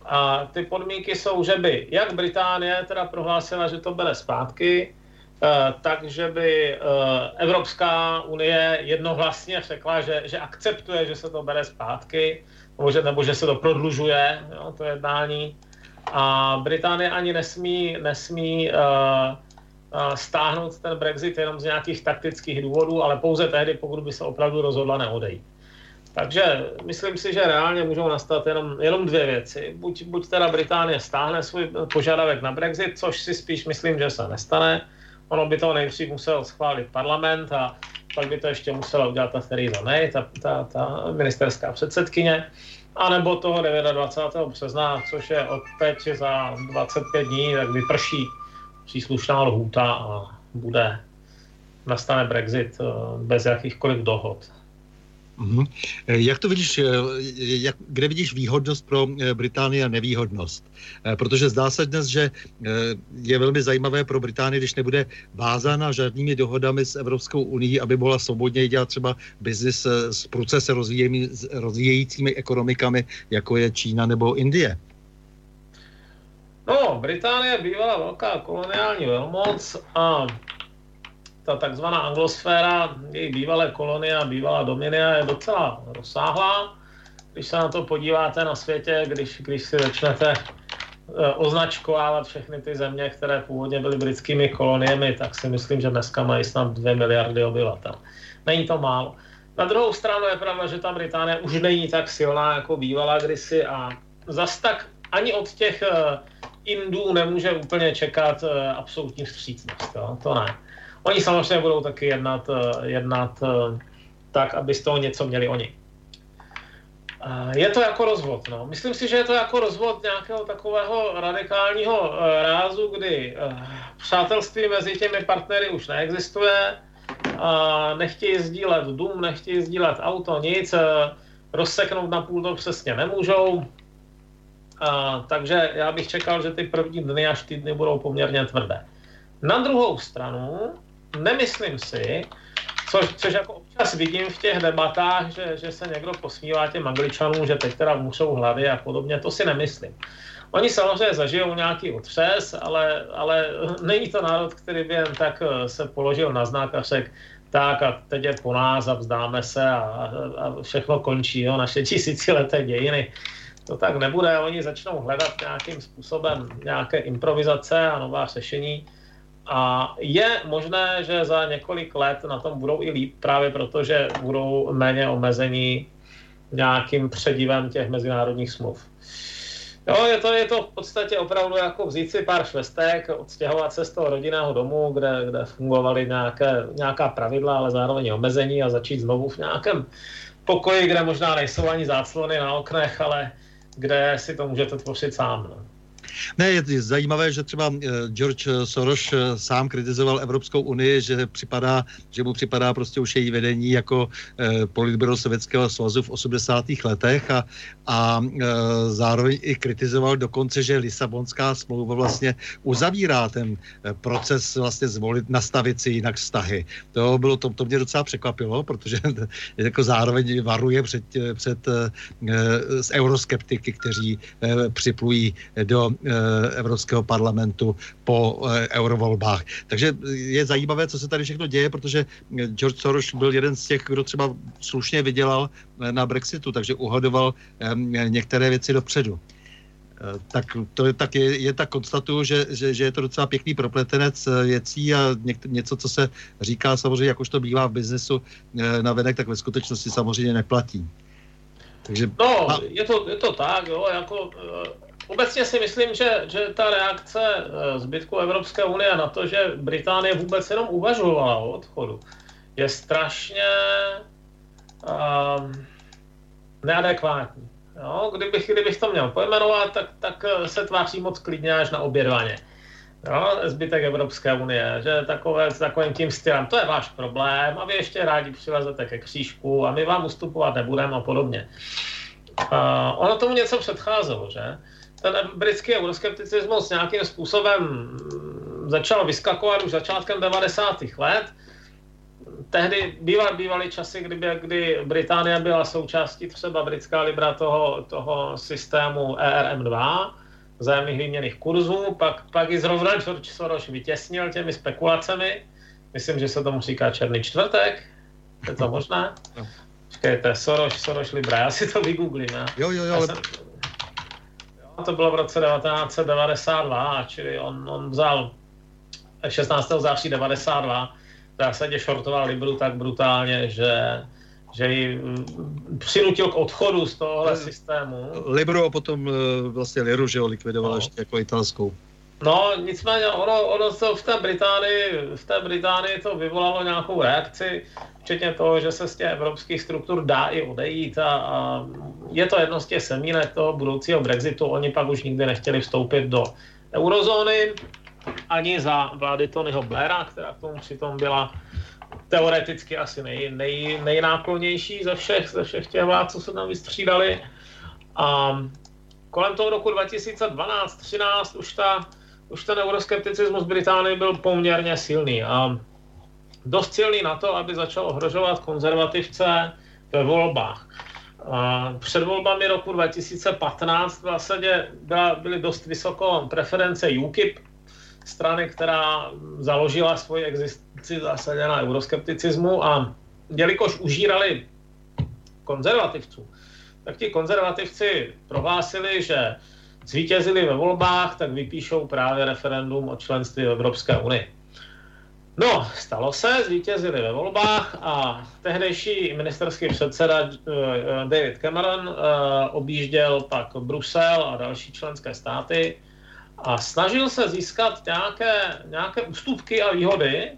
A ty podmínky jsou, že by jak Británie teda prohlásila, že to bere zpátky, takže by Evropská unie jednohlasně řekla, že, že akceptuje, že se to bere zpátky, nebo že, nebo že se to prodlužuje, jo, to jednání. A Británie ani nesmí, nesmí uh, uh, stáhnout ten Brexit jenom z nějakých taktických důvodů, ale pouze tehdy, pokud by se opravdu rozhodla neodejít. Takže myslím si, že reálně můžou nastat jenom, jenom dvě věci. Buď, buď teda Británie stáhne svůj požadavek na Brexit, což si spíš myslím, že se nestane. Ono by to nejdřív musel schválit parlament a pak by to ještě musela udělat ta Theresa May, ta, ta, ta ministerská předsedkyně. A nebo toho dvacátého devátého března, což je od teď za dvacet pět dní, tak vyprší příslušná lhůta a bude, nastane Brexit bez jakýchkoliv dohod. Mm-hmm. Jak to vidíš, jak, kde vidíš výhodnost pro Británii a nevýhodnost? Protože zdá se dnes, že je velmi zajímavé pro Británii, když nebude vázána žádnými dohodami s Evropskou unií, aby mohla svobodně dělat třeba biznis s prudce rozvíjejícími ekonomikami, jako je Čína nebo Indie. No, Británie bývala velká koloniální velmoc a ta takzvaná anglosféra, její bývalé kolonie a bývalá dominia je docela rozsáhlá. Když se na to podíváte na světě, když, když si začnete označkovávat všechny ty země, které původně byly britskými koloniemi, tak si myslím, že dneska mají snad dvě miliardy obyvatel. Není to málo. Na druhou stranu je pravda, že ta Británie už není tak silná, jako bývala kdysi a zas tak ani od těch Indů nemůže úplně čekat absolutní vstřícnost. Jo? To ne. Oni samozřejmě budou taky jednat, jednat tak, aby z toho něco měli oni. Je to jako rozvod. No. Myslím si, že je to jako rozvod nějakého takového radikálního rázu, kdy přátelství mezi těmi partnery už neexistuje, nechtějí sdílet dům, nechtějí sdílet auto, nic, rozseknout na půl to přesně nemůžou. Takže já bych čekal, že ty první dny až týdny budou poměrně tvrdé. Na druhou stranu, nemyslím si, což, což jako občas vidím v těch debatách, že, že se někdo posmívá těm Angličanům, že teď teda musou hlady a podobně, to si nemyslím. Oni samozřejmě zažijou nějaký otřes, ale, ale není to národ, který by jen tak se položil na znak a řekl, tak a teď je po nás a vzdáme se a, a všechno končí, jo, naše tisícileté dějiny. To tak nebude, oni začnou hledat nějakým způsobem nějaké improvizace a nová řešení. A je možné, že za několik let na tom budou i líp, právě protože budou méně omezení nějakým předivem těch mezinárodních smluv. Jo, je to, je to v podstatě opravdu jako vzít si pár švestek, odstěhovat se z toho rodinného domu, kde, kde fungovaly nějaké, nějaká pravidla, ale zároveň omezení a začít znovu v nějakém pokoji, kde možná nejsou ani záclony na oknech, ale kde si to můžete tvořit sám. No. Ne, je zajímavé, že třeba George Soros sám kritizoval Evropskou unii, že připadá, že mu připadá prostě už její vedení jako eh, politbyro Sovětského svazu v osmdesátých letech a, a eh, zároveň i kritizoval dokonce, že Lisabonská smlouva vlastně uzavírá ten proces vlastně zvolit, nastavit si jinak vztahy. To bylo, to, to mě docela překvapilo, protože jako zároveň varuje před, před eh, z euroskeptiky, kteří eh, připlují do Evropského parlamentu po eurovolbách. Takže je zajímavé, co se tady všechno děje, protože George Soros byl jeden z těch, kdo třeba slušně vydělal na Brexitu, takže uhodoval některé věci dopředu. Tak to je, tak je, je tak konstatuju, že, že, že je to docela pěkný propletenec věcí a něk, něco, co se říká samozřejmě, jak už to bývá v biznesu navenek, tak ve skutečnosti samozřejmě neplatí. Takže, no, a... je, to, je to tak, jo, jako... Obecně si myslím, že, že ta reakce zbytku Evropské unie na to, že Británie vůbec jenom uvažovala o odchodu, je strašně um, neadekvátní. Jo? Kdybych, kdybych to měl pojmenovat, tak, tak se tváří moc klidně až na obědvaně. Jo? Zbytek Evropské unie, že takové, s takovým tím stylem, to je váš problém a vy ještě rádi přilezete ke křížku a my vám ustupovat nebudeme a podobně. Uh, ono tomu něco předcházelo, že? Ten britský euroskepticismus nějakým způsobem začal vyskakovat už začátkem devadesátých let. tehdy bývaly, bývaly časy, kdy, kdy Británie byla součástí třeba britská libra toho, toho systému E R M dva, vzájemných výměnných kurzů, pak, pak i zrovna George Soros vytěsnil těmi spekulacemi. Myslím, že se tomu říká černý čtvrtek. Je to možné? Počkejte, Soros, Soros libra, já si to vygooglím. Já. Jo, jo, jo, ale... jsem, jo, to bylo v roce devatenáct set devadesát dva, čili on, on vzal šestnáctého září devadesát dva, v zásadě shortoval libru tak brutálně, že, že ji přinutil k odchodu z tohohle systému. Libru a potom vlastně liru, že ho likvidoval no. ještě jako italskou. No, nicméně ono, ono to v té Británii, v té Británii to vyvolalo nějakou reakci, včetně toho, že se z těch evropských struktur dá i odejít a, a je to jedno z těch semínek toho budoucího Brexitu. Oni pak už nikdy nechtěli vstoupit do eurozóny, ani za vlády Tonyho Blaira, která k tomu přitom byla teoreticky asi nej, nej, nejnáklonnější ze všech, ze všech těch vlád, co se tam vystřídali. A kolem toho roku dva tisíce dvanáct třináct už, ta, už ten euroskepticismus Británii byl poměrně silný. A dost silný na to, aby začal ohrožovat konzervativce ve volbách. A před volbami roku dva tisíce patnáct v zásadě byla, byly dost vysoko preference U KIP, strany, která založila svoji existenci v zásadě na euroskepticismu a jelikož užírali konzervativců, tak ti konzervativci prohlásili, že zvítězili ve volbách, tak vypíšou právě referendum o členství v Evropské unii. No, stalo se, zvítězili ve volbách a tehdejší ministerský předseda David Cameron objížděl pak Brusel a další členské státy a snažil se získat nějaké, nějaké ústupky a výhody,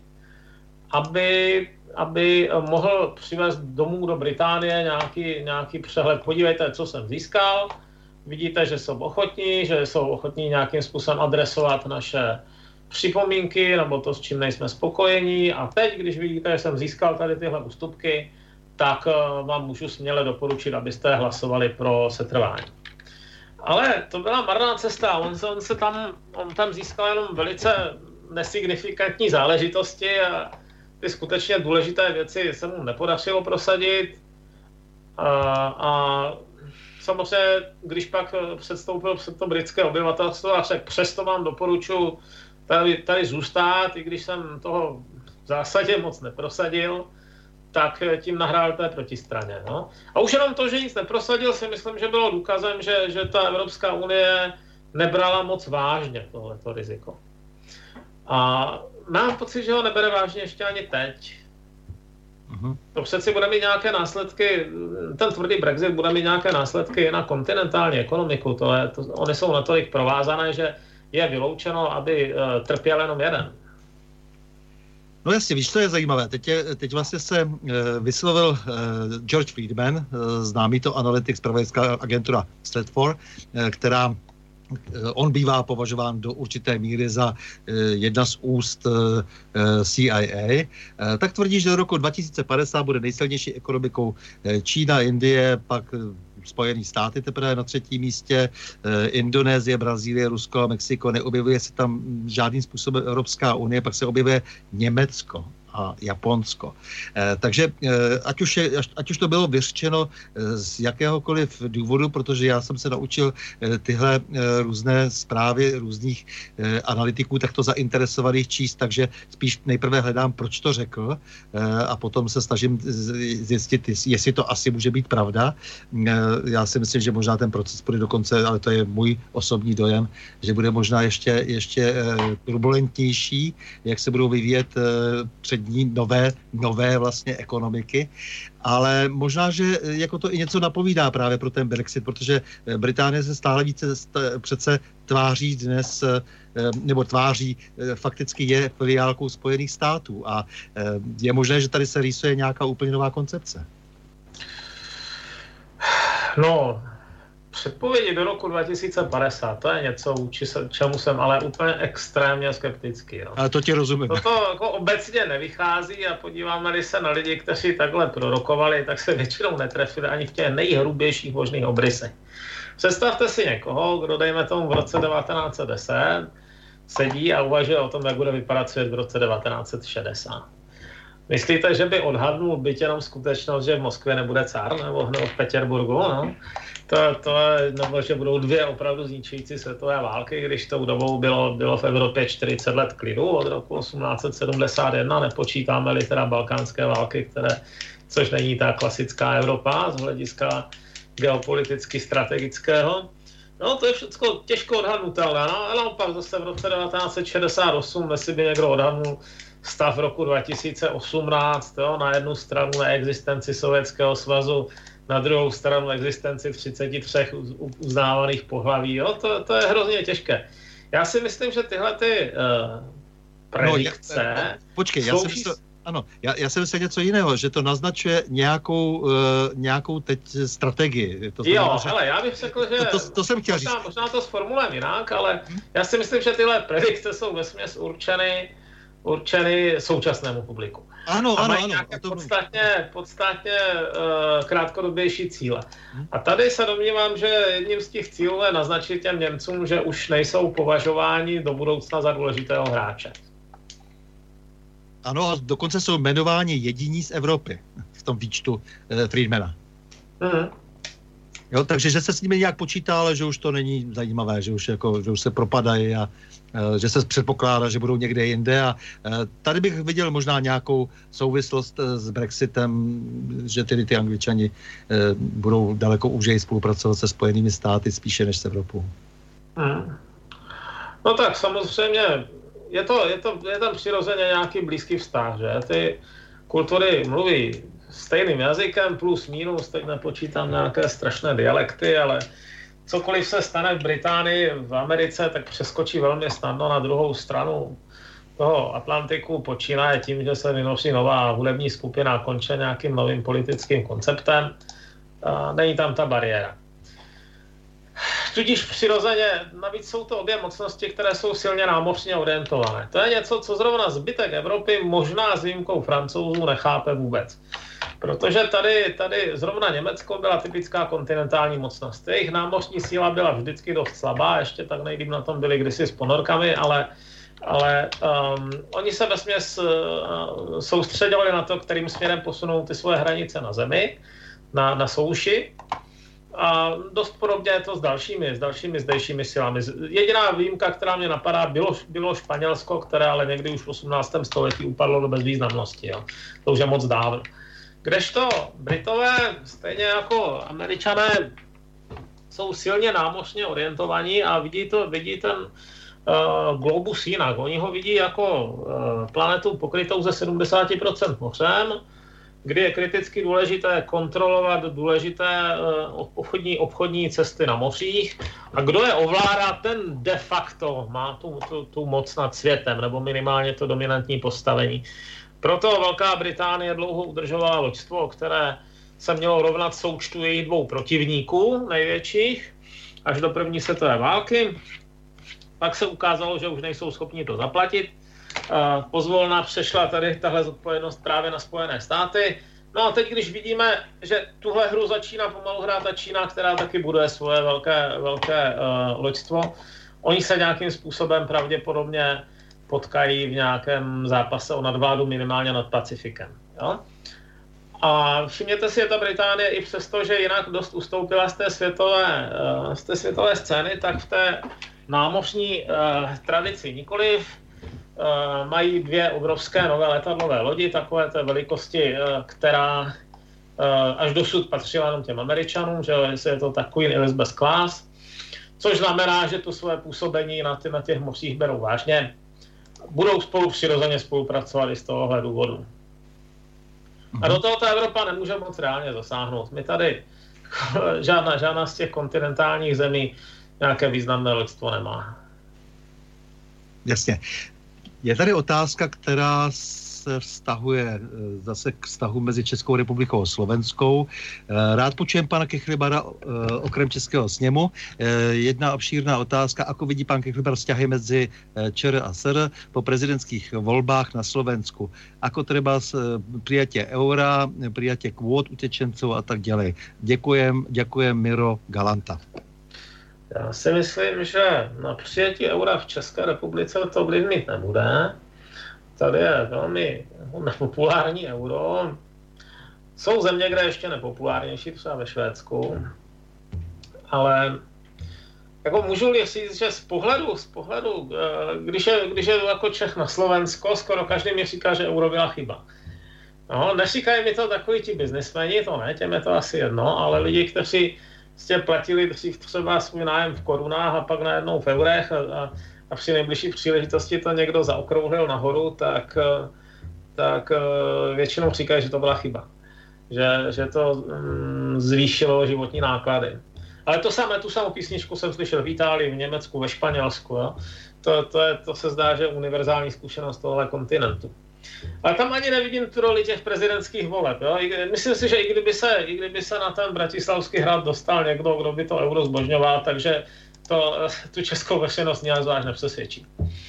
aby, aby mohl přivést domů do Británie nějaký, nějaký přehled. Podívejte, co jsem získal. Vidíte, že jsou ochotní, že jsou ochotní nějakým způsobem adresovat naše připomínky nebo to, s čím nejsme spokojení. A teď, když vidíte, že jsem získal tady tyhle ústupky, tak vám můžu směle doporučit, abyste hlasovali pro setrvání. Ale to byla marná cesta. On se, on se tam, on tam získal jenom velice nesignifikantní záležitosti a ty skutečně důležité věci se mu nepodařilo prosadit. A, a samozřejmě, když pak předstoupil před to britské obyvatelstvo a řekl, přesto vám doporučuji tady, tady zůstat, i když jsem toho v zásadě moc neprosadil, tak tím nahrál té protistraně. No. A už jenom to, že nic neprosadil, si myslím, že bylo důkazem, že, že ta Evropská unie nebrala moc vážně tohleto riziko. A mám pocit, že ho nebere vážně ještě ani teď. Uh-huh. To přeci bude mít nějaké následky, ten tvrdý Brexit bude mít nějaké následky na kontinentální ekonomiku. To je, to, oni jsou natolik provázané, že je vyloučeno, aby uh, trpěl jenom jeden. No jasně, víš, co je zajímavé. Teď, je, teď vlastně se uh, vyslovil uh, George Friedman, uh, známý to analytik, zpravodajská agentura Stratfor, uh, která uh, on bývá považován do určité míry za uh, jedna z úst uh, C I A, uh, tak tvrdí, že do roku dva tisíce padesát bude nejsilnější ekonomikou uh, Čína, Indie, pak uh, Spojené státy teprve na třetím místě, eh, Indonésie, Brazílie, Rusko a Mexiko, neobjevuje se tam žádným způsobem Evropská unie, pak se objevuje Německo a Japonsko. Eh, takže eh, ať, už je, ať už to bylo vyřčeno eh, z jakéhokoliv důvodu, protože já jsem se naučil eh, tyhle eh, různé zprávy různých eh, analytiků takto zainteresovaných číst, takže spíš nejprve hledám, proč to řekl eh, a potom se snažím zjistit, jestli to asi může být pravda. Eh, já si myslím, že možná ten proces bude dokonce, ale to je můj osobní dojem, že bude možná ještě, ještě eh, turbulentnější, jak se budou vyvíjet eh, před dní nové, nové vlastně ekonomiky, ale možná, že jako to i něco napovídá právě pro ten Brexit, protože Británie se stále více přece tváří dnes, nebo tváří, fakticky je filiálkou Spojených států a je možné, že tady se rýsuje nějaká úplně nová koncepce. No, předpovědi do roku dva tisíce padesát, to je něco, vůči čemu jsem ale úplně extrémně skeptický. No. Ale to ti rozumím. Toto jako obecně nevychází a podíváme-li se na lidi, kteří takhle prorokovali, tak se většinou netrefili ani v těch nejhrubějších možných obrysech. Představte si někoho, kdo dejme tomu v roce devatenáct set deset sedí a uvažuje o tom, jak bude vypadat svět v roce devatenáct set šedesát. Myslíte, že by odhadnul byť jenom skutečnost, že v Moskvě nebude car nebo hned v Petěrburgu, no? To, to je, nebo že budou dvě opravdu zničující světové války, když tou dobou bylo, bylo v Evropě čtyřicet let klidu od roku osmnáct set sedmdesát jedna, nepočítáme-li teda balkánské války, které, což není ta klasická Evropa z hlediska geopoliticky strategického. No to je všechno těžko odhadnutelné, no a naopak zase v roce devatenáct set šedesát osm, jestli by někdo odhadnul stav roku dva tisíce osmnáct, jo, na jednu stranu neexistenci Sovětského svazu, na druhou stranu existenci třicet tři uznávaných pohlaví, jo, to, to je hrozně těžké. Já si myslím, že tyhle ty uh, predikce... No, já, počkej, já jsem myslel, ano, já, já jsem myslel něco jiného, že to naznačuje nějakou, uh, nějakou teď strategii. To jo, znamená, že... hele, já bych řekl, že... To, to, to jsem chtěl možná, říct. Možná to sformulujeme jinak, ale já si myslím, že tyhle predikce jsou vesměs určeny určeny současnému publiku. Ano, a ano, mají ano. nějaké to... podstatně, podstatně uh, krátkodobější cíle. A tady se domnívám, že jedním z těch cílů je naznačit těm Němcům, že už nejsou považováni do budoucna za důležitého hráče. Ano, a dokonce jsou jmenováni jediní z Evropy v tom výčtu uh, Friedmana. Mm. Jo, takže že se s nimi nějak počítá, ale že už to není zajímavé, že už, jako, že už se propadají a uh, že se předpokládá, že budou někde jinde. A uh, tady bych viděl možná nějakou souvislost uh, s Brexitem, že tedy ty Angličani uh, budou daleko užeji spolupracovat se Spojenými státy spíše než s Evropou. Mm. No tak samozřejmě je to, je to, je tam přirozeně nějaký blízký vztah, že ty kultury mluví stejným jazykem, plus minus, teď nepočítám nějaké strašné dialekty, ale cokoliv se stane v Británii, v Americe, tak přeskočí velmi snadno na druhou stranu toho Atlantiku, počínaje tím, že se vynosí nová hudební skupina, končí nějakým novým politickým konceptem. A není tam ta bariéra. Tudíž přirozeně, navíc jsou to obě mocnosti, které jsou silně námořně orientované. To je něco, co zrovna zbytek Evropy, možná s výjimkou Francouzů, nechápe vůbec. Protože tady, tady zrovna Německo byla typická kontinentální mocnost. Jejich námořní síla byla vždycky dost slabá, ještě tak nejlíp na tom byli kdysi s ponorkami, ale, ale um, oni se vesměs uh, soustředili na to, kterým směrem posunou ty svoje hranice na zemi, na, na souši. A dost podobně je to s dalšími, s dalšími zdejšími silami. Jediná výjimka, která mě napadá, bylo, bylo Španělsko, které ale někdy už v osmnáctém století upadlo do bezvýznamnosti. Jo. To už je moc dávno. Kdežto Britové, stejně jako Američané, jsou silně námořně orientovaní a vidí, to, vidí ten uh, globus jinak. Oni ho vidí jako uh, planetu pokrytou ze sedmdesát procent mořem, kdy je kriticky důležité kontrolovat důležité uh, obchodní, obchodní cesty na mořích. A kdo je ovládá, ten de facto má tu, tu, tu moc nad světem, nebo minimálně to dominantní postavení. Proto Velká Británie dlouho udržovala loďstvo, které se mělo rovnat součtu jejich dvou protivníků největších, až do první světové války. Pak se ukázalo, že už nejsou schopni to zaplatit. Pozvolna přešla tady tahle zodpovědnost právě na Spojené státy. No a teď, když vidíme, že tuhle hru začíná pomalu hrát ta Čína, která taky buduje svoje velké, velké uh, loďstvo, oni se nějakým způsobem pravděpodobně potkají v nějakém zápase o nadvládu minimálně nad Pacifikem. Jo? A všimněte si, že ta Británie i přesto, že jinak dost ustoupila z té světové, uh, z té světové scény, tak v té námořní uh, tradici nikoliv. Uh, mají dvě obrovské nové letadlové lodi, takové té velikosti, uh, která uh, až dosud patřila jenom těm Američanům, že je to ta Queen Elizabeth class, což znamená, že to své působení na, ty, na těch mořích berou vážně. Budou spolu přirozeně spolupracovat i z tohohle důvodu. A do toho ta Evropa nemůže moc reálně zasáhnout. My tady žádná, žádná z těch kontinentálních zemí nějaké významné loďstvo nemá. Jasně. Je tady otázka, která se vztahuje zase k vztahu mezi Českou republikou a Slovenskou. Rád počujem pana Kechlibara okrem Českého sněmu. Jedna obšírná otázka, ako vidí pán Kechlibar vzťahy mezi ČR a SR po prezidentských volbách na Slovensku. Ako treba prijatie eura, prijatie kvót utečencov a tak ďalej. Ďakujem, ďakujem Miro Galanta. Já si myslím, že na přijetí eura v České republice to vliv mít nebude. tady je velmi nepopulární euro. Jsou země, kde je ještě nepopulárnější, třeba ve Švédsku, ale jako můžu-li říct, že z pohledu, z pohledu když je, když je jako Čech na Slovensko, skoro každý mi říká, že euro byla chyba. No, neříkají mi to takový ti biznismeni, to ne, těm je to asi jedno, ale lidi, kteří jste platili dřív třeba svůj nájem v korunách a pak najednou v eurech a, a, a při nejbližší příležitosti to někdo zaokrouhlil nahoru, tak, tak většinou říkají, že to byla chyba. Že, že to mm, zvýšilo životní náklady. Ale to samé, tu samou písničku jsem slyšel v Itálii, v Německu, ve Španělsku. Jo? To, to, je, to se zdá, že je univerzální zkušenost tohle kontinentu. Ale tam ani nevidím tu roli těch prezidentských voleb. Jo? Myslím si, že i kdyby, se, i kdyby se na ten Bratislavský hrad dostal někdo, kdo by to euro zbožňoval, takže to, tu českou veřejnost nějak zvlášť nepřesvědčí.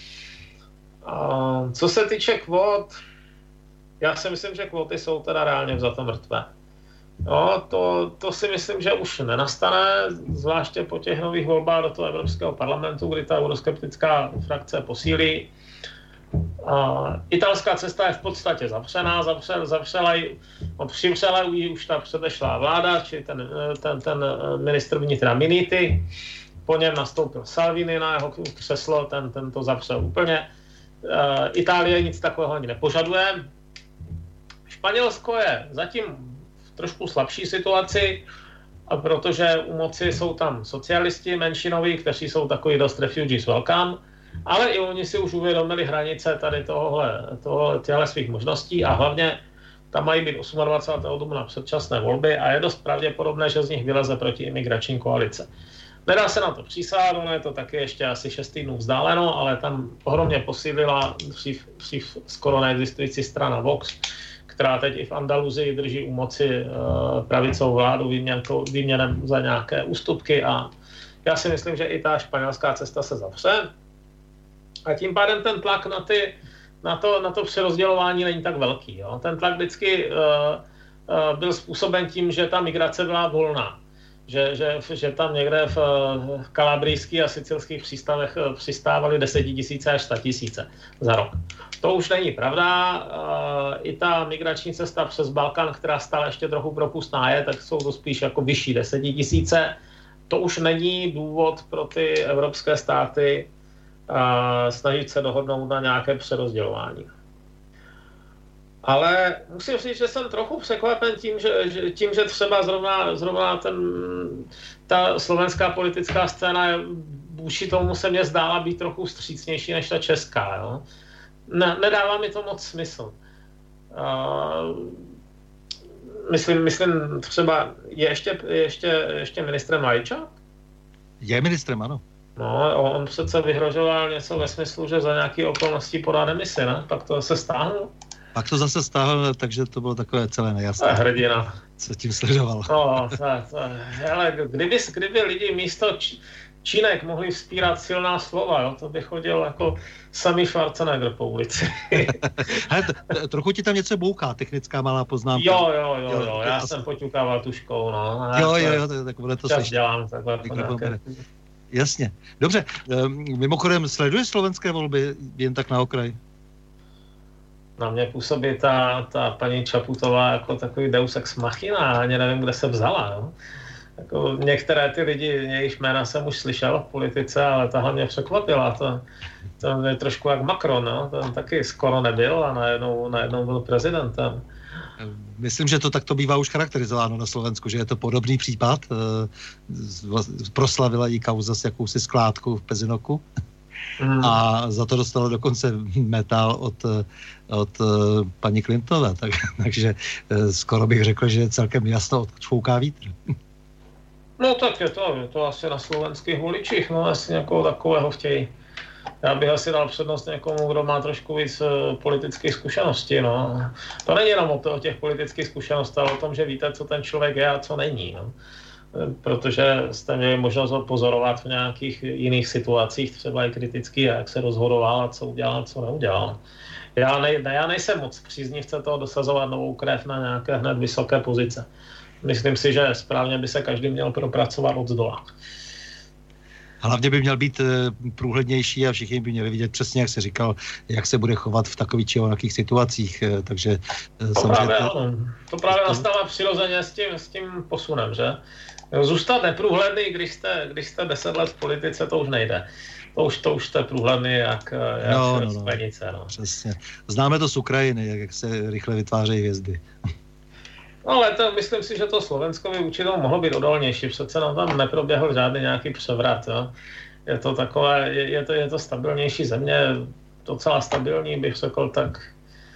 A co se týče kvót, já si myslím, že kvóty jsou teda reálně vzato mrtvé. No, to, to si myslím, že už nenastane, zvláště po těch nových volbách do toho Evropského parlamentu, kdy ta euroskeptická frakce posílí. A italská cesta je v podstatě zapřená, zapřel, zapřela ji, no, přivřela ji už ta předešlá vláda, či ten, ten, ten ministr vnitra Minniti, po něm nastoupil Salvini na jeho křeslo, ten, ten to zapřel úplně. Itálie nic takového ani nepožaduje. Španělsko je zatím v trošku slabší situaci, a protože u moci jsou tam socialisti menšinoví, kteří jsou takový dost refugees welcome, ale i oni si už uvědomili hranice tady tohohle, tohohle těchto svých možností a hlavně tam mají být dvacátého osmého dubna předčasné volby a je dost pravděpodobné, že z nich vyleze protiimigrační koalice. Nedá se na to přísahat, ono je to taky ještě asi šest týdnů vzdáleno, ale tam ohromně posílila dřív, dřív skoro neexistující strana Vox, která teď i v Andaluzii drží u moci uh, pravicovou vládu výměnem za nějaké ústupky a já si myslím, že i ta španělská cesta se zavře. A tím pádem ten tlak na, ty, na, to, na to přerozdělování není tak velký. Jo? Ten tlak vždycky uh, uh, byl způsoben tím, že ta migrace byla volná. Že, že, že tam někde v uh, kalabrijských a sicilských přístavech uh, přistávali desetitisíce až statisíce za rok. To už není pravda. Uh, I ta migrační cesta přes Balkán, která stále ještě trochu propustná je, tak jsou to spíš jako vyšší desetitisíce. To už není důvod pro ty evropské státy a snažit se dohodnout na nějaké přerozdělování. Ale musím říct, že jsem trochu překvapen tím, že, že, tím, že třeba zrovna, zrovna ten, ta slovenská politická scéna vůči tomu se mně zdála být trochu vstřícnější než ta česká. Jo? Ne, nedává mi to moc smysl. Uh, myslím, myslím třeba, je ještě, ještě, ještě ministrem Lajčák? Je ministrem, ano. No, on přece vyhrožoval něco ve smyslu, že za nějaké okolnosti podá demisi, ne? Pak to se stáhnul. Pak to zase stáhl, takže to bylo takové celé nejasné. Hrdina. Co tím sledoval. No, to, to, hele, kdyby, kdyby lidi místo č, činek mohli vzpírat silná slova, jo, to by chodil jako samý Schwarzenegger po ulici. Hele, t- trochu ti tam něco bouká, technická malá poznámka. Jo, jo, jo, jo, já jsem poťukával tuškou, no. Jo, jo, jo, tak bude to slyšet. dělám takhle. Jasně. Dobře, mimochodem sleduje slovenské volby jen tak na okraj? Na mě působí ta, ta paní Čaputová jako takový deus ex machina, ani nevím, kde se vzala. No. Jako některé ty lidi, jejichž jména jsem už slyšel v politice, ale tahle mě překvapila. To, to je trošku jak Macron, no. Ten taky skoro nebyl a najednou, najednou byl prezidentem. Myslím, že to takto bývá už charakterizováno na Slovensku, že je to podobný případ. Proslavila jí kauza s jakousi skládkou v Pezinoku. Hmm. A za to dostalo dokonce metal od, od paní Clintové, tak, takže skoro bych řekl, že je celkem jasno, odkud fouká vítr. No tak je to, je to asi na slovenských voličích, no asi někoho takového chtějí. Já bych asi dal přednost někomu, kdo má trošku víc politických zkušeností, no. To není jenom o, to, o těch politických zkušenostech, ale o tom, že víte, co ten člověk je a co není, no. Protože jste měli možnost ho pozorovat v nějakých jiných situacích, třeba i kritický, jak se rozhodoval a co udělal, co neudělal. Já, ne, já nejsem moc příznivce toho dosazovat novou krev na nějaké hned vysoké pozice. Myslím si, že správně by se každý měl propracovat od zdola. Hlavně by měl být průhlednější a všichni by měli vidět přesně, jak se říkal, jak se bude chovat v takových či onakých situacích. Takže to právě, to, to právě nastává přirozeně s tím, s tím posunem, že? Zůstat neprůhledný, když jste, když jste deset let v politice, to už nejde. To už, to už jste průhledný jak, jak no, no, sklenice. No. Přesně. Známe to z Ukrajiny, jak, jak se rychle vytvářejí hvězdy. No ale to, myslím si, že to Slovensko by určitě mohlo být odolnější, přece nám tam neproběhl žádný nějaký převrat. Jo. Je to takové, je, je, to, je to stabilnější země, docela stabilní, bych řekl, tak,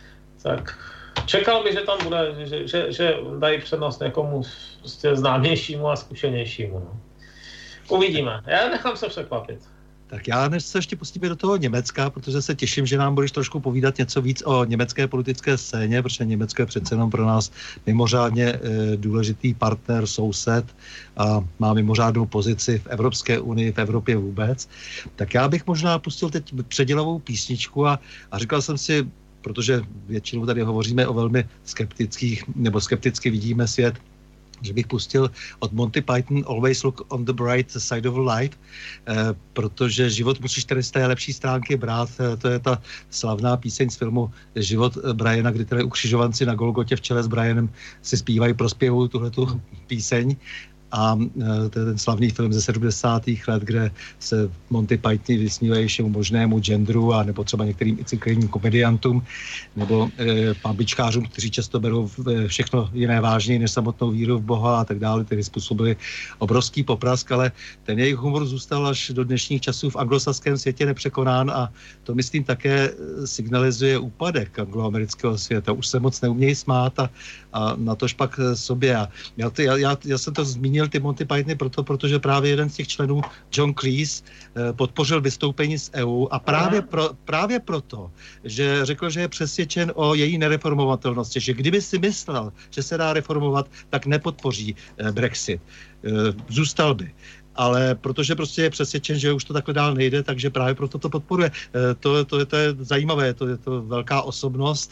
tak čekal bych, že tam bude, že, že, že dají přednost někomu prostě známějšímu a zkušenějšímu. No. Uvidíme. Já nechám se překvapit. Tak já než se ještě pustíme do toho Německa, protože se těším, že nám budeš trošku povídat něco víc o německé politické scéně, protože Německo je přece jenom pro nás mimořádně e, důležitý partner, soused a má mimořádnou pozici v Evropské unii, v Evropě vůbec. Tak já bych možná pustil teď předělovou písničku a, a říkal jsem si, protože většinou tady hovoříme o velmi skeptických, nebo skepticky vidíme svět, že bych pustil od Monty Python Always Look on the Bright Side of Life, eh, protože život musíš tady z té lepší stránky brát. Eh, to je ta slavná píseň z filmu Život Briana, kdy tady ukřižovanci na Golgotě v čele s Brianem si zpívají, prospěvují tuhletu píseň. A to je ten slavný film ze sedmdesátých let, kde se Monty Python vysmívají všemu možnému genderu a nebo třeba některým cyklivým komediantům nebo e, pambičkářům, kteří často berou všechno jiné vážněji než samotnou víru v Boha a tak dále, tedy způsobili obrovský poprask, ale ten jejich humor zůstal až do dnešních časů v anglosaském světě nepřekonán a to myslím také signalizuje úpadek angloamerického světa. Už se moc neumějí smát a, a natož pak sobě. A já, já, já, já jsem to zmínil ty Monty Pythony proto, protože právě jeden z těch členů, John Cleese, podpořil vystoupení z E U a právě, pro, právě proto, že řekl, že je přesvědčen o její nereformovatelnosti, že kdyby si myslel, že se dá reformovat, tak nepodpoří Brexit. Zůstal by. Ale protože prostě je přesvědčen, že už to takhle dál nejde, takže právě proto to podporuje. To, to, to je zajímavé, to je to velká osobnost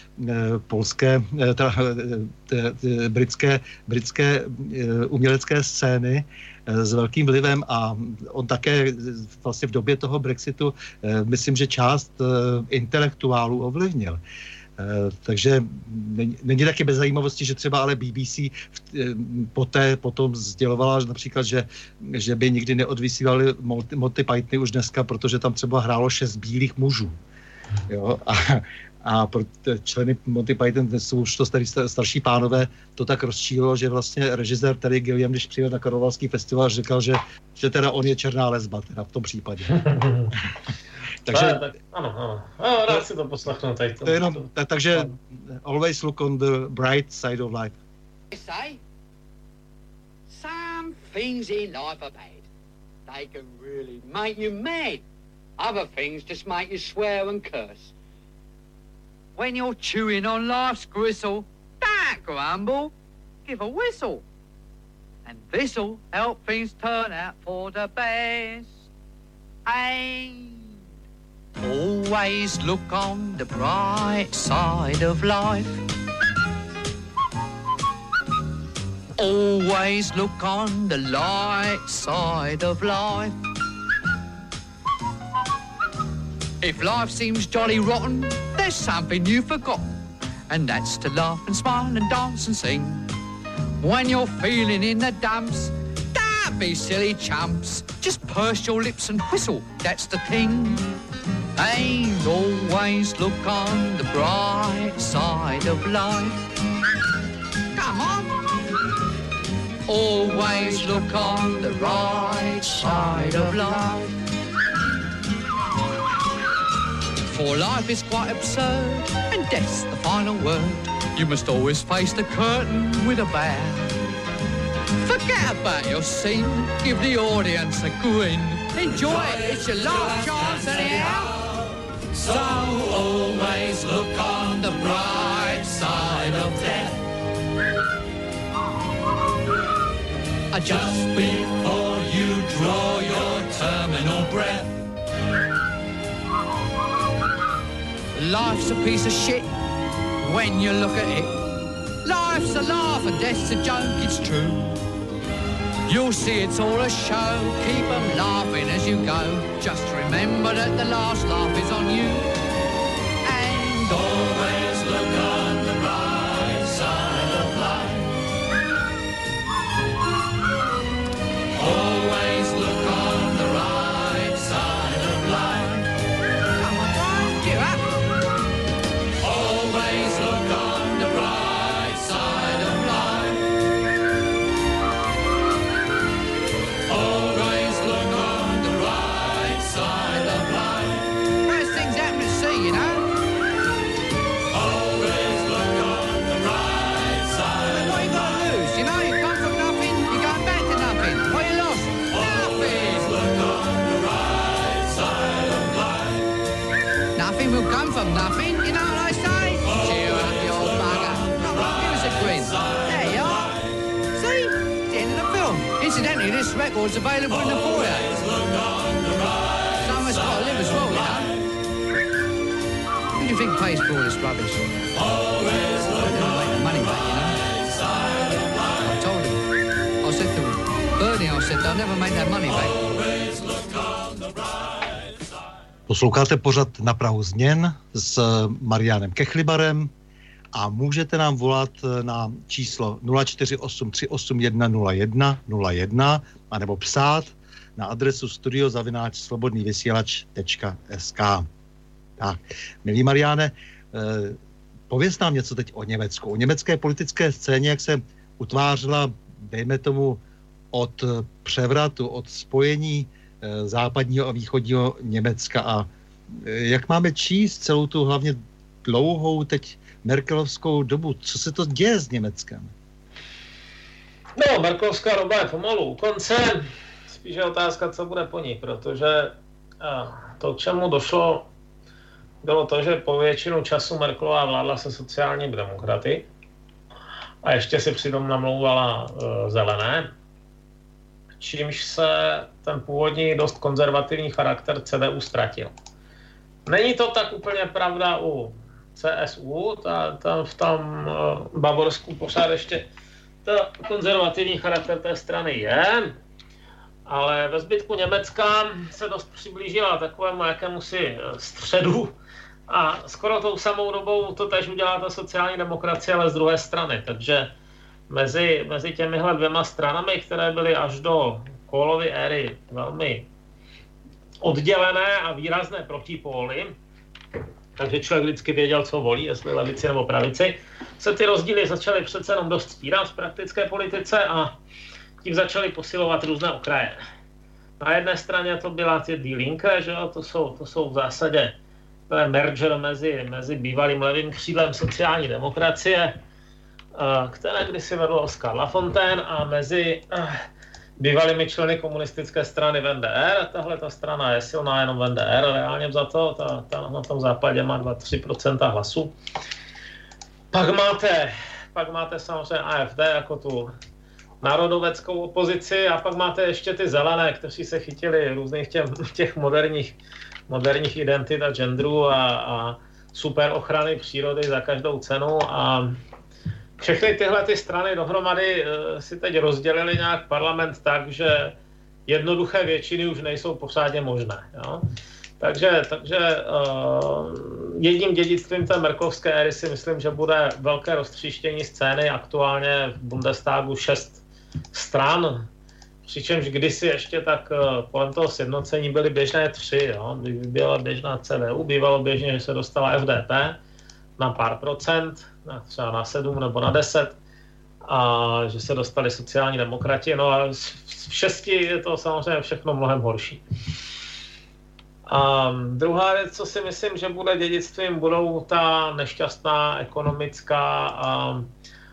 polské, teda, britské, britské umělecké scény s velkým vlivem a on také vlastně v době toho Brexitu myslím, že část intelektuálů ovlivnil. Takže není, není taky bez zajímavosti, že třeba ale B B C poté potom sdělovala například, že, že by nikdy neodvysílali Monty Pythony už dneska, protože tam třeba hrálo šest bílých mužů. Jo? A, a pro členy Monty Python, jsou už to starý, starší pánové, to tak rozčílo, že vlastně režisér Terry Gilliam, když přijel na Karlovarský festival, říkal, že, že teda on je černá lesba, teda v tom případě. Takže, ale, tak, ano, ano. ano, rád si to poslechnu. Tady to, to jenom, tak, takže always look on the bright side of life. Say, some things in life are bad. They can really make you mad. Other things just make you swear and curse. When you're chewing on life's gristle, don't grumble, give a whistle. And this'll help things turn out for the best. Aye. Always look on the bright side of life. Always look on the light side of life. If life seems jolly rotten, there's something you've forgotten, and that's to laugh and smile and dance and sing. When you're feeling in the dumps, don't be silly chumps. Just purse your lips and whistle, that's the thing. And always look on the bright side of life. Come on. Always look on the right side of life. For life is quite absurd, and death's the final word. You must always face the curtain with a bow. Forget about your scene, give the audience a grin. Enjoy it, it's your last chance anyhow. So always look on the bright side of death. Just before you draw your terminal breath. Life's a piece of shit when you look at it. Life's a laugh and death's a joke, it's true. You'll see it's all a show. Keep them laughing as you go. Just remember that the last laugh is on you. And always look on the bright side of life. Always look on the right side of life. Come on, Brian, cheer up. Always look on the bright side of life. Always look on the right side of life. First things happen to see, you know. Always look on the right side. What you got to lose? You know, you come from nothing, you're going back to nothing. What you lost? Nothing. Look on the right side of life. Nothing will come from nothing, you know what I say? Cheer up, you old bugger. Come on, give us a grin. There you are. See? The end of the film. Incidentally, this record's available in the foyer. Someone's got to live as well, you know. Who do you think pays for all this rubbish? Always look on make the money back, you know. I told him. I said to Bernie, I said, they'll never make that money back. Posloucháte pořad Na prahu změn s Marianem Kechlibarem a můžete nám volat na číslo nula čtyři osm tři osm jedna nula jedna nula jedna anebo psát na adresu studio zavináč slobodný vysílač tečka es ká. Tak, milý Mariáne, pověz nám něco teď o Německu, o německé politické scéně, jak se utvářela, dejme tomu, od převratu, od spojení západního a východního Německa a jak máme číst celou tu hlavně dlouhou teď merkelovskou dobu. Co se to děje s Německem? No, merkelovská doba je pomalu u konce. Spíš je otázka, co bude po ní, protože to, k čemu došlo, bylo to, že po většinu času Merkelová vládla se sociálními demokraty a ještě si přitom namlouvala e, zelené, čímž se ten původní dost konzervativní charakter C D U ztratil. Není to tak úplně pravda u C S U, ta, ta, v tom uh, Bavorsku pořád ještě ta konzervativní charakter té strany je, ale ve zbytku Německa se dost přiblížila takovému jakémusi středu a skoro tou samou dobou to tež udělá ta sociální demokracie, ale z druhé strany, takže mezi, mezi těmihle dvěma stranami, které byly až do Kohlovy éry velmi oddělené a výrazné protipóly, takže člověk vždycky věděl, co volí, jestli levici nebo pravici, se ty rozdíly začaly přece jenom dost stírat v praktické politice a tím začaly posilovat různé okraje. Na jedné straně to byla ty Die Linke, že jo, to jsou, to jsou v zásadě to je merger mezi, mezi bývalým levým křídlem sociální demokracie, které kdysi vedl Oskar Lafontaine a mezi bývalými členy komunistické strany v N D R. Tahle ta strana je silná jenom v N D R, reálně vzato, ta, ta na tom západě má dva až tři procenta hlasů. Pak máte, pak máte samozřejmě A F D jako tu národoveckou opozici a pak máte ještě ty zelené, kteří se chytili různých těch, těch moderních, moderních identit a genderů a, a super ochrany přírody za každou cenu a všechny tyhle ty strany dohromady uh, si teď rozdělili nějak parlament tak, že jednoduché většiny už nejsou pořádně možné. Jo? Takže, takže uh, jedním dědictvím té merkelovské éry si myslím, že bude velké roztříštění scény. Aktuálně v Bundestagu šest stran, přičemž kdysi ještě tak uh, kolem toho sjednocení byly běžné tři. Jo? Byla běžná C D U, bývalo běžně, že se dostala F D P na pár procent, třeba na sedm nebo na deset, a že se dostali sociální demokrati. No a v šesti je to samozřejmě všechno mnohem horší. A druhá věc, co si myslím, že bude dědictvím, budou ta nešťastná ekonomická a, a,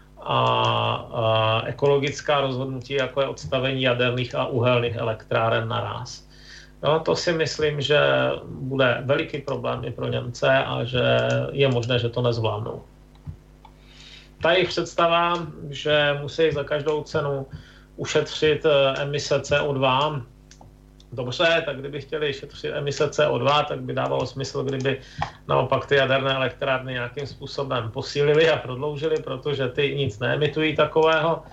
a ekologická rozhodnutí, jako je odstavení jaderných a uhelných elektráren naráz. No, to si myslím, že bude veliký problém i pro Němce a že je možné, že to nezvládnou. Ta jejich představa, že musí za každou cenu ušetřit emise C O dva, dobře, tak kdyby chtěli šetřit emise C O dva, tak by dávalo smysl, kdyby naopak ty jaderné elektrárny nějakým způsobem posílili a prodloužili, protože ty nic neemitují takového.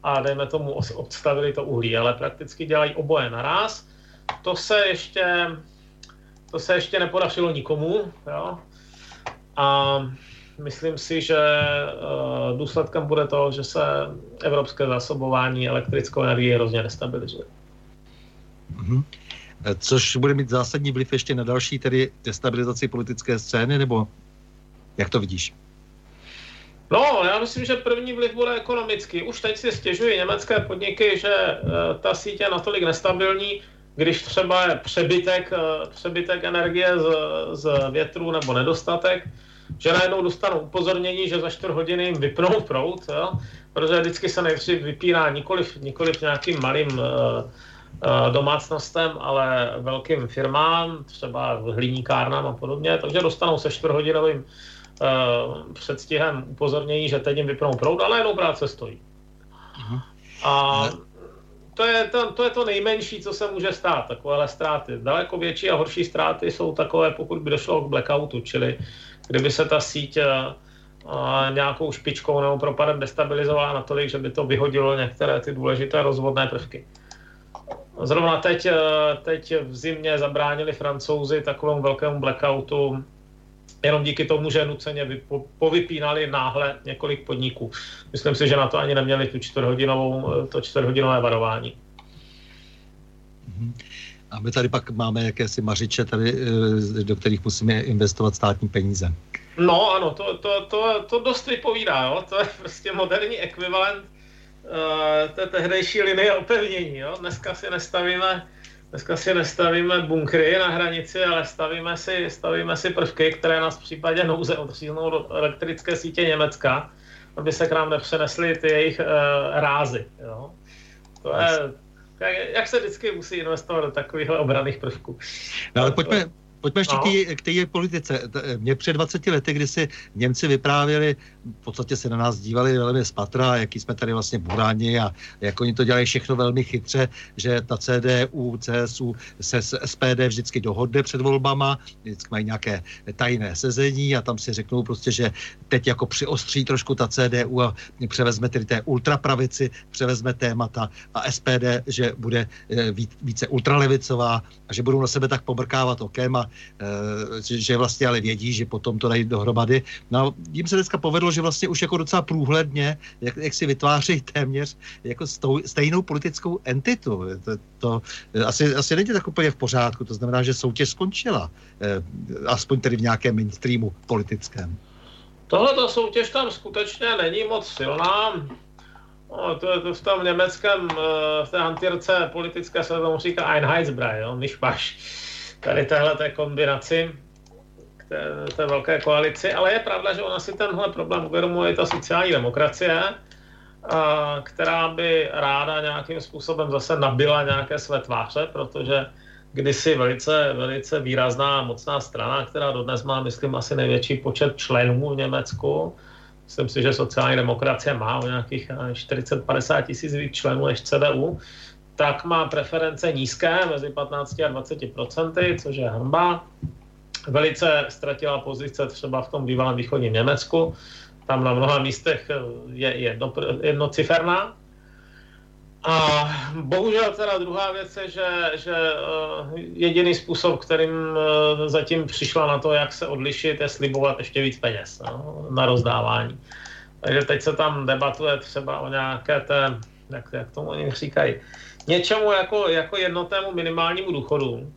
a dejme tomu odstavili to uhlí, ale prakticky dělají oboje naraz. To se ještě, to se ještě nepodařilo nikomu, jo? A myslím si, že důsledkem bude to, že se evropské zásobování elektrickou energií hrozně destabilizuje. Mm-hmm. Což bude mít zásadní vliv ještě na další tedy destabilizaci politické scény, nebo jak to vidíš? No, já myslím, že první vliv bude ekonomický. Už teď si stěžují německé podniky, že ta síť je natolik nestabilní, když třeba je přebytek, přebytek energie z, z větru nebo nedostatek, že najednou dostanou upozornění, že za čtyři hodiny jim vypnou proud, jo? Protože vždycky se nejdřív vypíná nikoliv, nikoliv nějakým malým uh, uh, domácnostem, ale velkým firmám, třeba hliníkárnám a podobně, takže dostanou se čtyřhodinovým uh, předstihem upozornění, že teď jim vypnou proud, ale najednou práce stojí. Uh-huh. A to je to, to je to nejmenší, co se může stát, takovéhle ztráty. Daleko větší a horší ztráty jsou takové, pokud by došlo k blackoutu, čili kdyby se ta síť a, nějakou špičkou nebo propadem destabilizovala natolik, že by to vyhodilo některé ty důležité rozvodné prvky. Zrovna teď, teď v zimě zabránili Francouzi takovému velkému blackoutu jenom díky tomu, že nuceně vypo, povypínali náhle několik podniků. Myslím si, že na to ani neměli tu čtvrthodinovou, to čtvrthodinové varování. A my tady pak máme jakési mařiče, tady, do kterých musíme investovat státní peníze. No ano, to, to, to, to dost vypovídá, jo? To je prostě moderní ekvivalent uh, té tehdejší linie opevnění. Jo? Dneska si nestavíme Dneska si nestavíme bunkry na hranici, ale stavíme si, stavíme si prvky, které nás v případě nouze odříznou do elektrické sítě Německa, aby se k nám nepřenesly ty jejich uh, rázy. Jo? To je, jak, jak se vždycky musí investovat do takovýchhle obranných prvků. No, ale pojďme, pojďme ještě no. k té politice. Mě před dvaceti lety, kdy si Němci vyprávěli, v podstatě se na nás dívali velmi spatra, jaký jsme tady vlastně buráni a jak oni to dělají všechno velmi chytře, že ta C D U, C S U se s S P D vždycky dohodne před volbama, vždycky mají nějaké tajné sezení a tam si řeknou prostě, že teď jako přiostří trošku ta C D U a převezme tedy té ultrapravici, převezme témata a S P D, že bude více ultralevicová a že budou na sebe tak pobrkávat okem a že vlastně ale vědí, že potom to dají dohromady. No a jim se dneska povedlo, že vlastně už jako docela průhledně, jak, jak si vytváří téměř jako stou, stejnou politickou entitu. To, to asi, asi není tak úplně v pořádku, to znamená, že soutěž skončila. Aspoň tedy v nějakém mainstreamu politickém. Tohleto soutěž tam skutečně není moc silná. No, to je to v tom německém, v té hantýrce politické se tomu říká Einheitsbrei, jo, myšmaš. Tady téhleté kombinaci, k té, té velké koalici, ale je pravda, že ona si tenhle problém uvědomuje i ta sociální demokracie, a, která by ráda nějakým způsobem zase nabila nějaké své tváře, protože kdysi velice, velice výrazná a mocná strana, která dodnes má, myslím, asi největší počet členů v Německu, myslím si, že sociální demokracie má o nějakých čtyřicet padesát tisíc víc členů než C D U, tak má preference nízké, mezi patnáct a dvacet procenty, což je hanba. Velice ztratila pozice třeba v tom bývalém východním Německu. Tam na mnoha místech je jedno, jednociferná. A bohužel teda druhá věc je, že, že jediný způsob, kterým zatím přišla na to, jak se odlišit, je slibovat ještě víc peněz, no, na rozdávání. Takže teď se tam debatuje třeba o nějaké té, jak, jak tomu oni říkají, něčemu jako, jako jednotnému minimálnímu důchodu.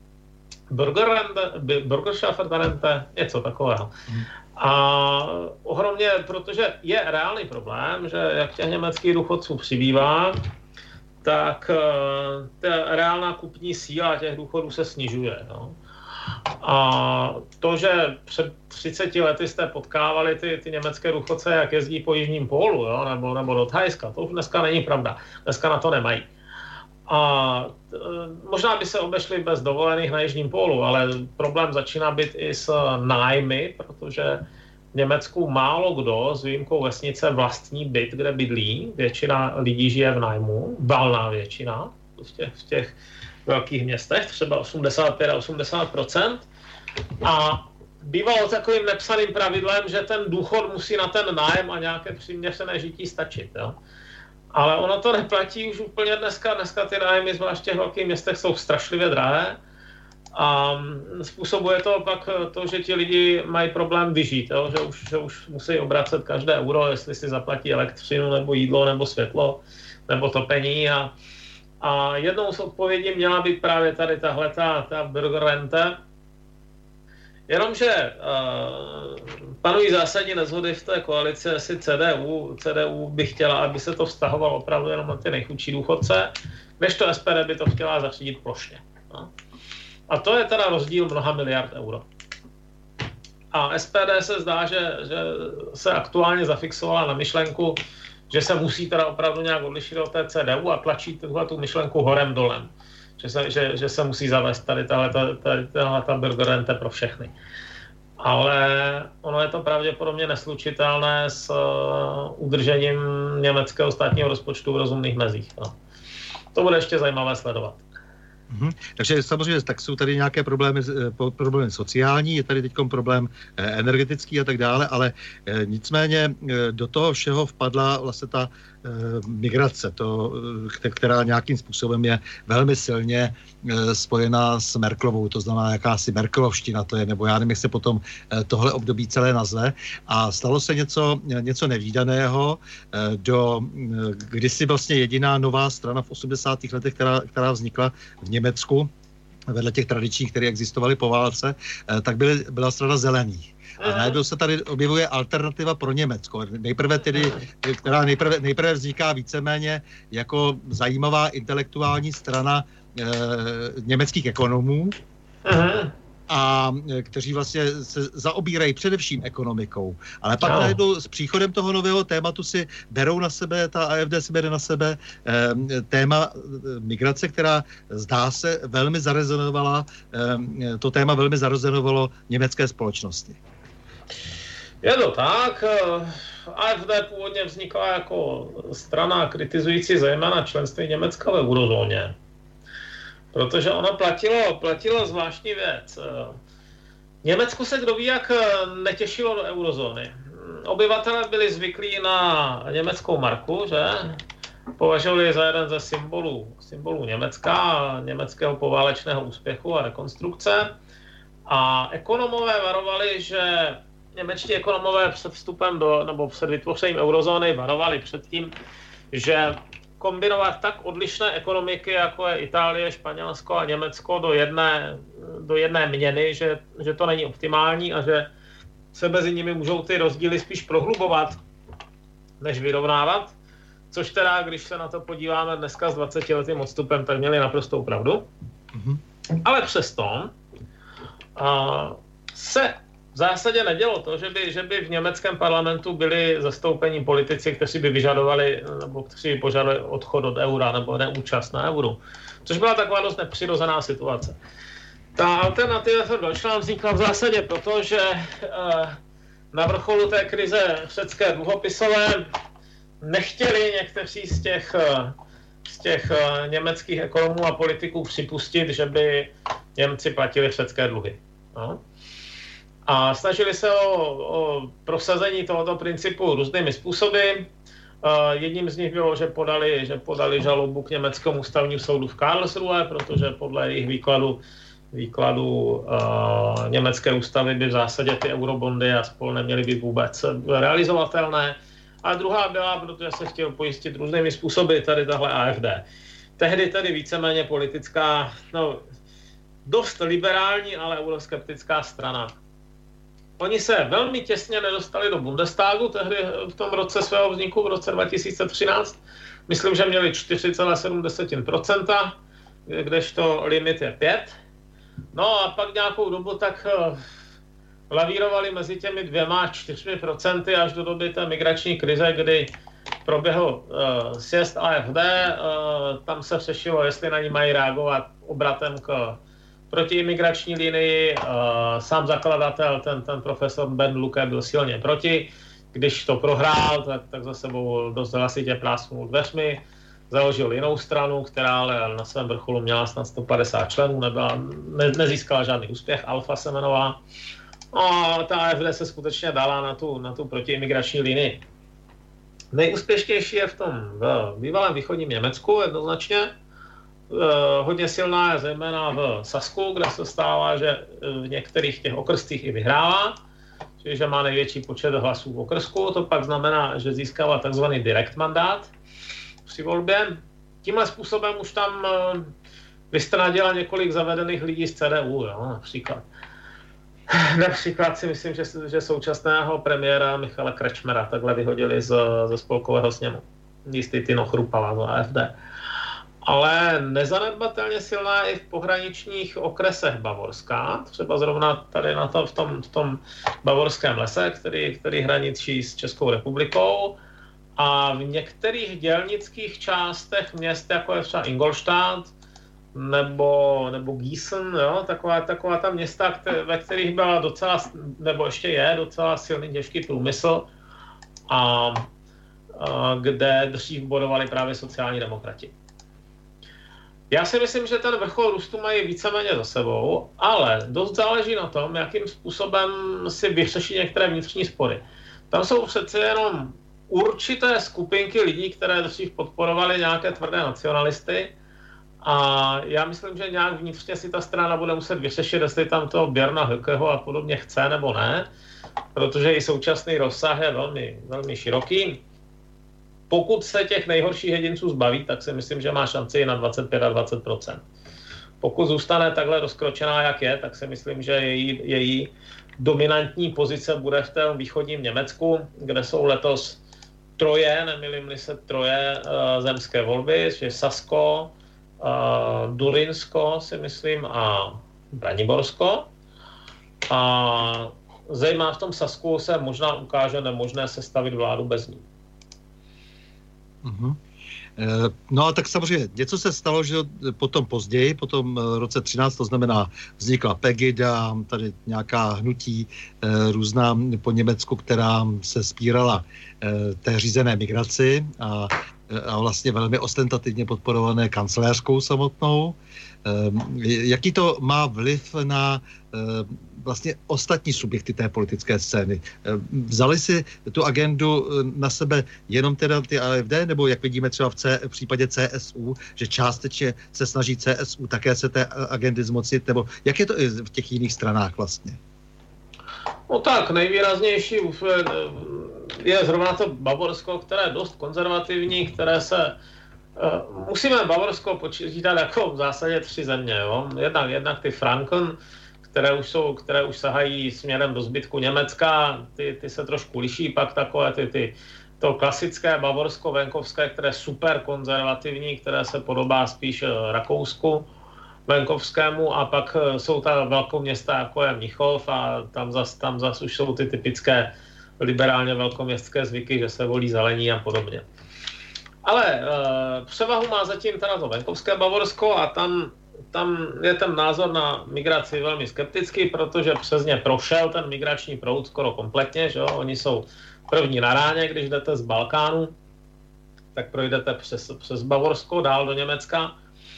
Bürgerschaftsrente, něco takového. A ohromně, protože je reálný problém, že jak těch německých důchodců přibývá, tak ta reálná kupní síla těch důchodů se snižuje. No. A to, že před třiceti lety jste potkávali ty, ty německé důchodce, jak jezdí po jižním pólu, jo, nebo, nebo do Thajska, to už dneska není pravda. Dneska na to nemají. A t, možná by se obešli bez dovolených na jižním pólu, ale problém začíná být i s nájmy, protože v Německu málo kdo s výjimkou vesnice vlastní byt, kde bydlí. Většina lidí žije v nájmu, valná většina v těch, v těch velkých městech, třeba osmdesát pět až osmdesát procent. A bývalo takovým nepsaným pravidlem, že ten důchod musí na ten nájem a nějaké přiměřené žití stačit. Jo? Ale ono to neplatí už úplně dneska. Dneska ty nájmy, zvláště v velkých městech, jsou strašlivě drahé. A způsobuje to pak to, že ti lidi mají problém vyžít, jo? Že, už, že už musí obracet každé euro, jestli si zaplatí elektřinu, nebo jídlo, nebo světlo, nebo topení. A, a jednou z odpovědí měla být právě tady tahle ta, ta Bürgerrente. Jenomže uh, panují zásadní nezhody v té koalici, jestli C D U. C D U by chtěla, aby se to vztahovalo opravdu jenom na ty nejchudší důchodce, než to S P D by to chtěla zařídit plošně. No. A to je teda rozdíl mnoha miliard euro. A S P D se zdá, že, že se aktuálně zafixovala na myšlenku, že se musí teda opravdu nějak odlišit od té C D U a tlačí tuhle tu myšlenku horem dolem. Že se, že, že se musí zavést tady tahle Bürgerrente pro všechny. Ale ono je to pravděpodobně neslučitelné s uh, udržením německého státního rozpočtu v rozumných mezích. No. To bude ještě zajímavé sledovat. Mm-hmm. Takže samozřejmě tak jsou tady nějaké problémy, problémy sociální, je tady teď problém energetický a tak dále, ale nicméně do toho všeho vpadla vlastně ta migrace, to, která nějakým způsobem je velmi silně spojená s Merkelovou, to znamená jakási Merkelovština to je, nebo já nevím, jak se potom tohle období celé nazve. A stalo se něco, něco nevídaného, do, kdysi vlastně jediná nová strana v osmdesátých letech, která, která vznikla v Německu, vedle těch tradičních, které existovaly po válce, tak byly, byla strana Zelených. A najednou se tady objevuje alternativa pro Německo. Nejprve tedy, která nejprve, nejprve vzniká víceméně jako zajímavá intelektuální strana e, německých ekonomů, Aha. a kteří vlastně se zaobírají především ekonomikou. Ale pak no. najednou s příchodem toho nového tématu si berou na sebe, ta A F D si bere na sebe e, téma migrace, která zdá se velmi zarezonovala, e, to téma velmi zarezonovalo německé společnosti. Je to tak. A F D původně vznikla jako strana kritizující zejména členství Německa ve eurozóně. Protože ono platilo, platilo zvláštní věc. Německu se kdo ví, jak netěšilo do eurozóny. Obyvatelé byli zvyklí na německou marku, že? Považovali za jeden ze symbolů, symbolů Německa, německého poválečného úspěchu a rekonstrukce. A ekonomové varovali, že němečtí ekonomové před vstupem do, nebo před vytvořením eurozóny varovali před tím, že kombinovat tak odlišné ekonomiky, jako je Itálie, Španělsko a Německo do jedné, do jedné měny, že, že to není optimální a že se mezi nimi můžou ty rozdíly spíš prohlubovat, než vyrovnávat. Což teda, když se na to podíváme dneska s dvacetiletým odstupem, tak měli naprostou pravdu. Mm-hmm. Ale přesto a, se v zásadě nedělo to, že by, že by v německém parlamentu byli zastoupení politici, kteří by vyžadovali, nebo kteří by požadovali odchod od eura nebo neúčast na euru. Což byla taková dost nepřirozená situace. Ta alternativa v Deutschland vznikla v zásadě proto, že eh, na vrcholu té krize řecké dluhopisové nechtěli někteří z těch, z těch eh, německých ekonomů a politiků připustit, že by Němci platili řecké dluhy. No. A snažili se o, o prosazení tohoto principu různými způsoby. Uh, jedním z nich bylo, že podali, že podali žalobu k německému ústavnímu soudu v Karlsruhe, protože podle jejich výkladu, výkladu uh, německé ústavy by v zásadě ty eurobondy a spol neměly být vůbec realizovatelné. A druhá byla, protože se chtěl pojistit různými způsoby tady tahle A F D. Tehdy tedy víceméně politická, no, dost liberální, ale euroskeptická strana. Oni se velmi těsně nedostali do Bundestagu, tehdy v tom roce svého vzniku, v roce dva tisíce třináct. Myslím, že měli čtyři celá sedm procenta, kdežto limit je pět. No a pak nějakou dobu tak lavírovali mezi těmi dvěma a čtyřmi procenty až do doby té migrační krize, kdy proběhl uh, sjezd A F D, uh, tam se řešilo, jestli na ní mají reagovat obratem k protiimigrační linii. Uh, sám zakladatel, ten, ten profesor Ben Lucke, byl silně proti. Když to prohrál, tak, tak za sebou dost hlasitě plásnul dveřmi. Založil jinou stranu, která ale na svém vrcholu měla snad sto padesát členů, nebyla, ne, nezískala žádný úspěch, Alfa se jmenovala. A ta A F D se skutečně dala na tu, na tu protiimigrační linii. Nejúspěšnější je v tom v bývalém východním Německu jednoznačně. Hodně silná je zejména v Sasku, kde se stává, že v některých těch okrstích i vyhrává, čiže že má největší počet hlasů v okrsku. To pak znamená, že získává takzvaný direkt mandát při volbě. Tímhle způsobem už tam vystradila několik zavedených lidí z C D U, jo, například. Například si myslím, že, že současného premiéra Michala Krečmera takhle vyhodili z, ze spolkového sněmu. Jistý Tino Chrupala z A F D. Ale nezanedbatelně silná je i v pohraničních okresech Bavorska, třeba zrovna tady na to, v, tom, v tom bavorském lese, který, který hraničí s Českou republikou. A v některých dělnických částech měst, jako je třeba Ingolstadt nebo, nebo Gießen, jo, taková, taková ta města, které, ve kterých byla docela, nebo ještě je docela silný těžký průmysl a, a kde dřív bodovali právě sociální demokrati. Já si myslím, že ten vrchol růstu mají víceméně za sebou, ale dost záleží na tom, jakým způsobem si vyřeší některé vnitřní spory. Tam jsou přece jenom určité skupinky lidí, které dřív podporovaly nějaké tvrdé nacionalisty a já myslím, že nějak vnitřně si ta strana bude muset vyřešit, jestli tam toho Björna Höckeho a podobně chce nebo ne, protože i současný rozsah je velmi, velmi široký. Pokud se těch nejhorších jedinců zbaví, tak si myslím, že má šanci i na dvacet pět až dvacet procent. Pokud zůstane takhle rozkročená, jak je, tak si myslím, že její, její dominantní pozice bude v tom východním Německu, kde jsou letos troje, nemýlím-li se troje uh, zemské volby, že Sasko, uh, Durinsko si myslím a Braniborsko. A zejména v tom Sasku se možná ukáže nemožné sestavit vládu bez ní. Uh-huh. No a tak samozřejmě něco se stalo, že potom později, potom v roce třináct, to znamená vznikla Pegida, tady nějaká hnutí různá po Německu, která se spírala té řízené migraci a, a vlastně velmi ostentativně podporované kancléřkou samotnou. Jaký to má vliv na vlastně ostatní subjekty té politické scény? Vzali si tu agendu na sebe jenom teda ty A F D, nebo jak vidíme třeba v, C, v případě C S U, že částečně se snaží C S U také se té agendy zmocnit, nebo jak je to i v těch jiných stranách vlastně? No tak, nejvýraznější je zrovna to Bavorsko, které je dost konzervativní, které se Uh, musíme Bavorsko počítat jako v zásadě tři země, jo. Jednak, jednak ty Franken, které už jsou, které už sahají směrem do zbytku Německa, ty, ty se trošku liší, pak takové ty, ty to klasické Bavorsko venkovské, které je super konzervativní, které se podobá spíš Rakousku venkovskému, a pak jsou ta velkoměsta, jako je Mnichov, a tam zas, tam zas už jsou ty typické liberálně velkoměstské zvyky, že se volí zelení a podobně. Ale e, převahu má zatím teda to venkovské Bavorsko a tam, tam je ten názor na migraci velmi skeptický, protože přes ně prošel ten migrační proud skoro kompletně, že jo? Oni jsou první na ráně, když jdete z Balkánu, tak projdete přes, přes Bavorsko dál do Německa.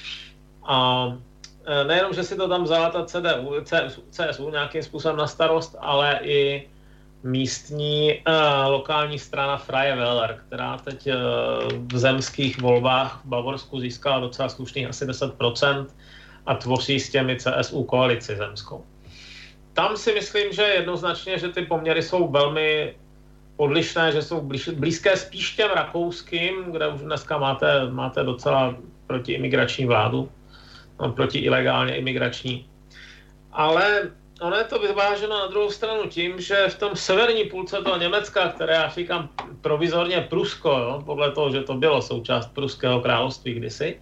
A e, nejenom, že si to tam vzala ta C D U, C S U nějakým způsobem na starost, ale i místní uh, lokální strana Freie Wähler, která teď uh, v zemských volbách v Bavorsku získala docela slušných asi deset procent a tvoří s těmi C S U koalici zemskou. Tam si myslím, že jednoznačně, že ty poměry jsou velmi odlišné, že jsou blíž, blízké spíš těm rakouským, kde už dneska máte, máte docela protiimigrační vládu, no, proti ilegálně imigrační. Ale ono je to vyváženo na druhou stranu tím, že v tom severní půlce toho Německa, které já říkám provizorně Prusko, jo, podle toho, že to bylo součást Pruského království kdysi,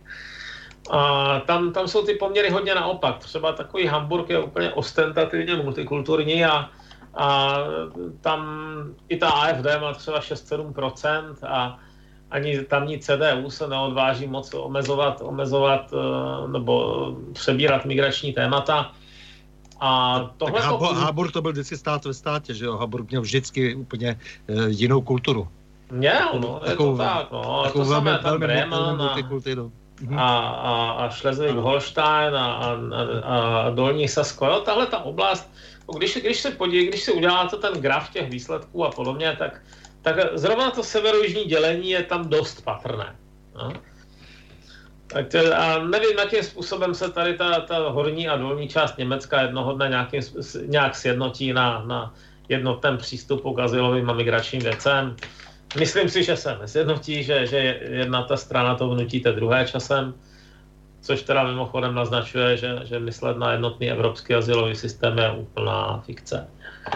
a tam, tam jsou ty poměry hodně naopak. Třeba takový Hamburg je úplně ostentativně multikulturní a, a tam i ta A F D má třeba šest sedm procent a ani tamní C D U se neodváží moc omezovat, omezovat nebo přebírat migrační témata. A tohle tak to... Hamburg to byl vždycky stát ve státě, že jo? Hamburg měl vždycky úplně uh, jinou kulturu. Měl, no, je to tak, no. To samé tam Bremen a, a, a, a Schleswig-Holstein a, a, a, a Dolní Sasko. Jo, tahle ta oblast, když, když, se podí, když si uděláte ten graf těch výsledků a podobně, tak tak zrovna to severo-jižní dělení je tam dost patrné. No. Tak to, a nevím, jakým způsobem se tady ta, ta horní a dolní část Německa jednoho dne nějakým, nějak sjednotí na, na jednotném přístupu k azylovým a migračním věcem. Myslím si, že se nesjednotí, že, že jedna ta strana to vnutí té druhé časem, což teda mimochodem naznačuje, že, že myslet na jednotný evropský azylový systém je úplná fikce.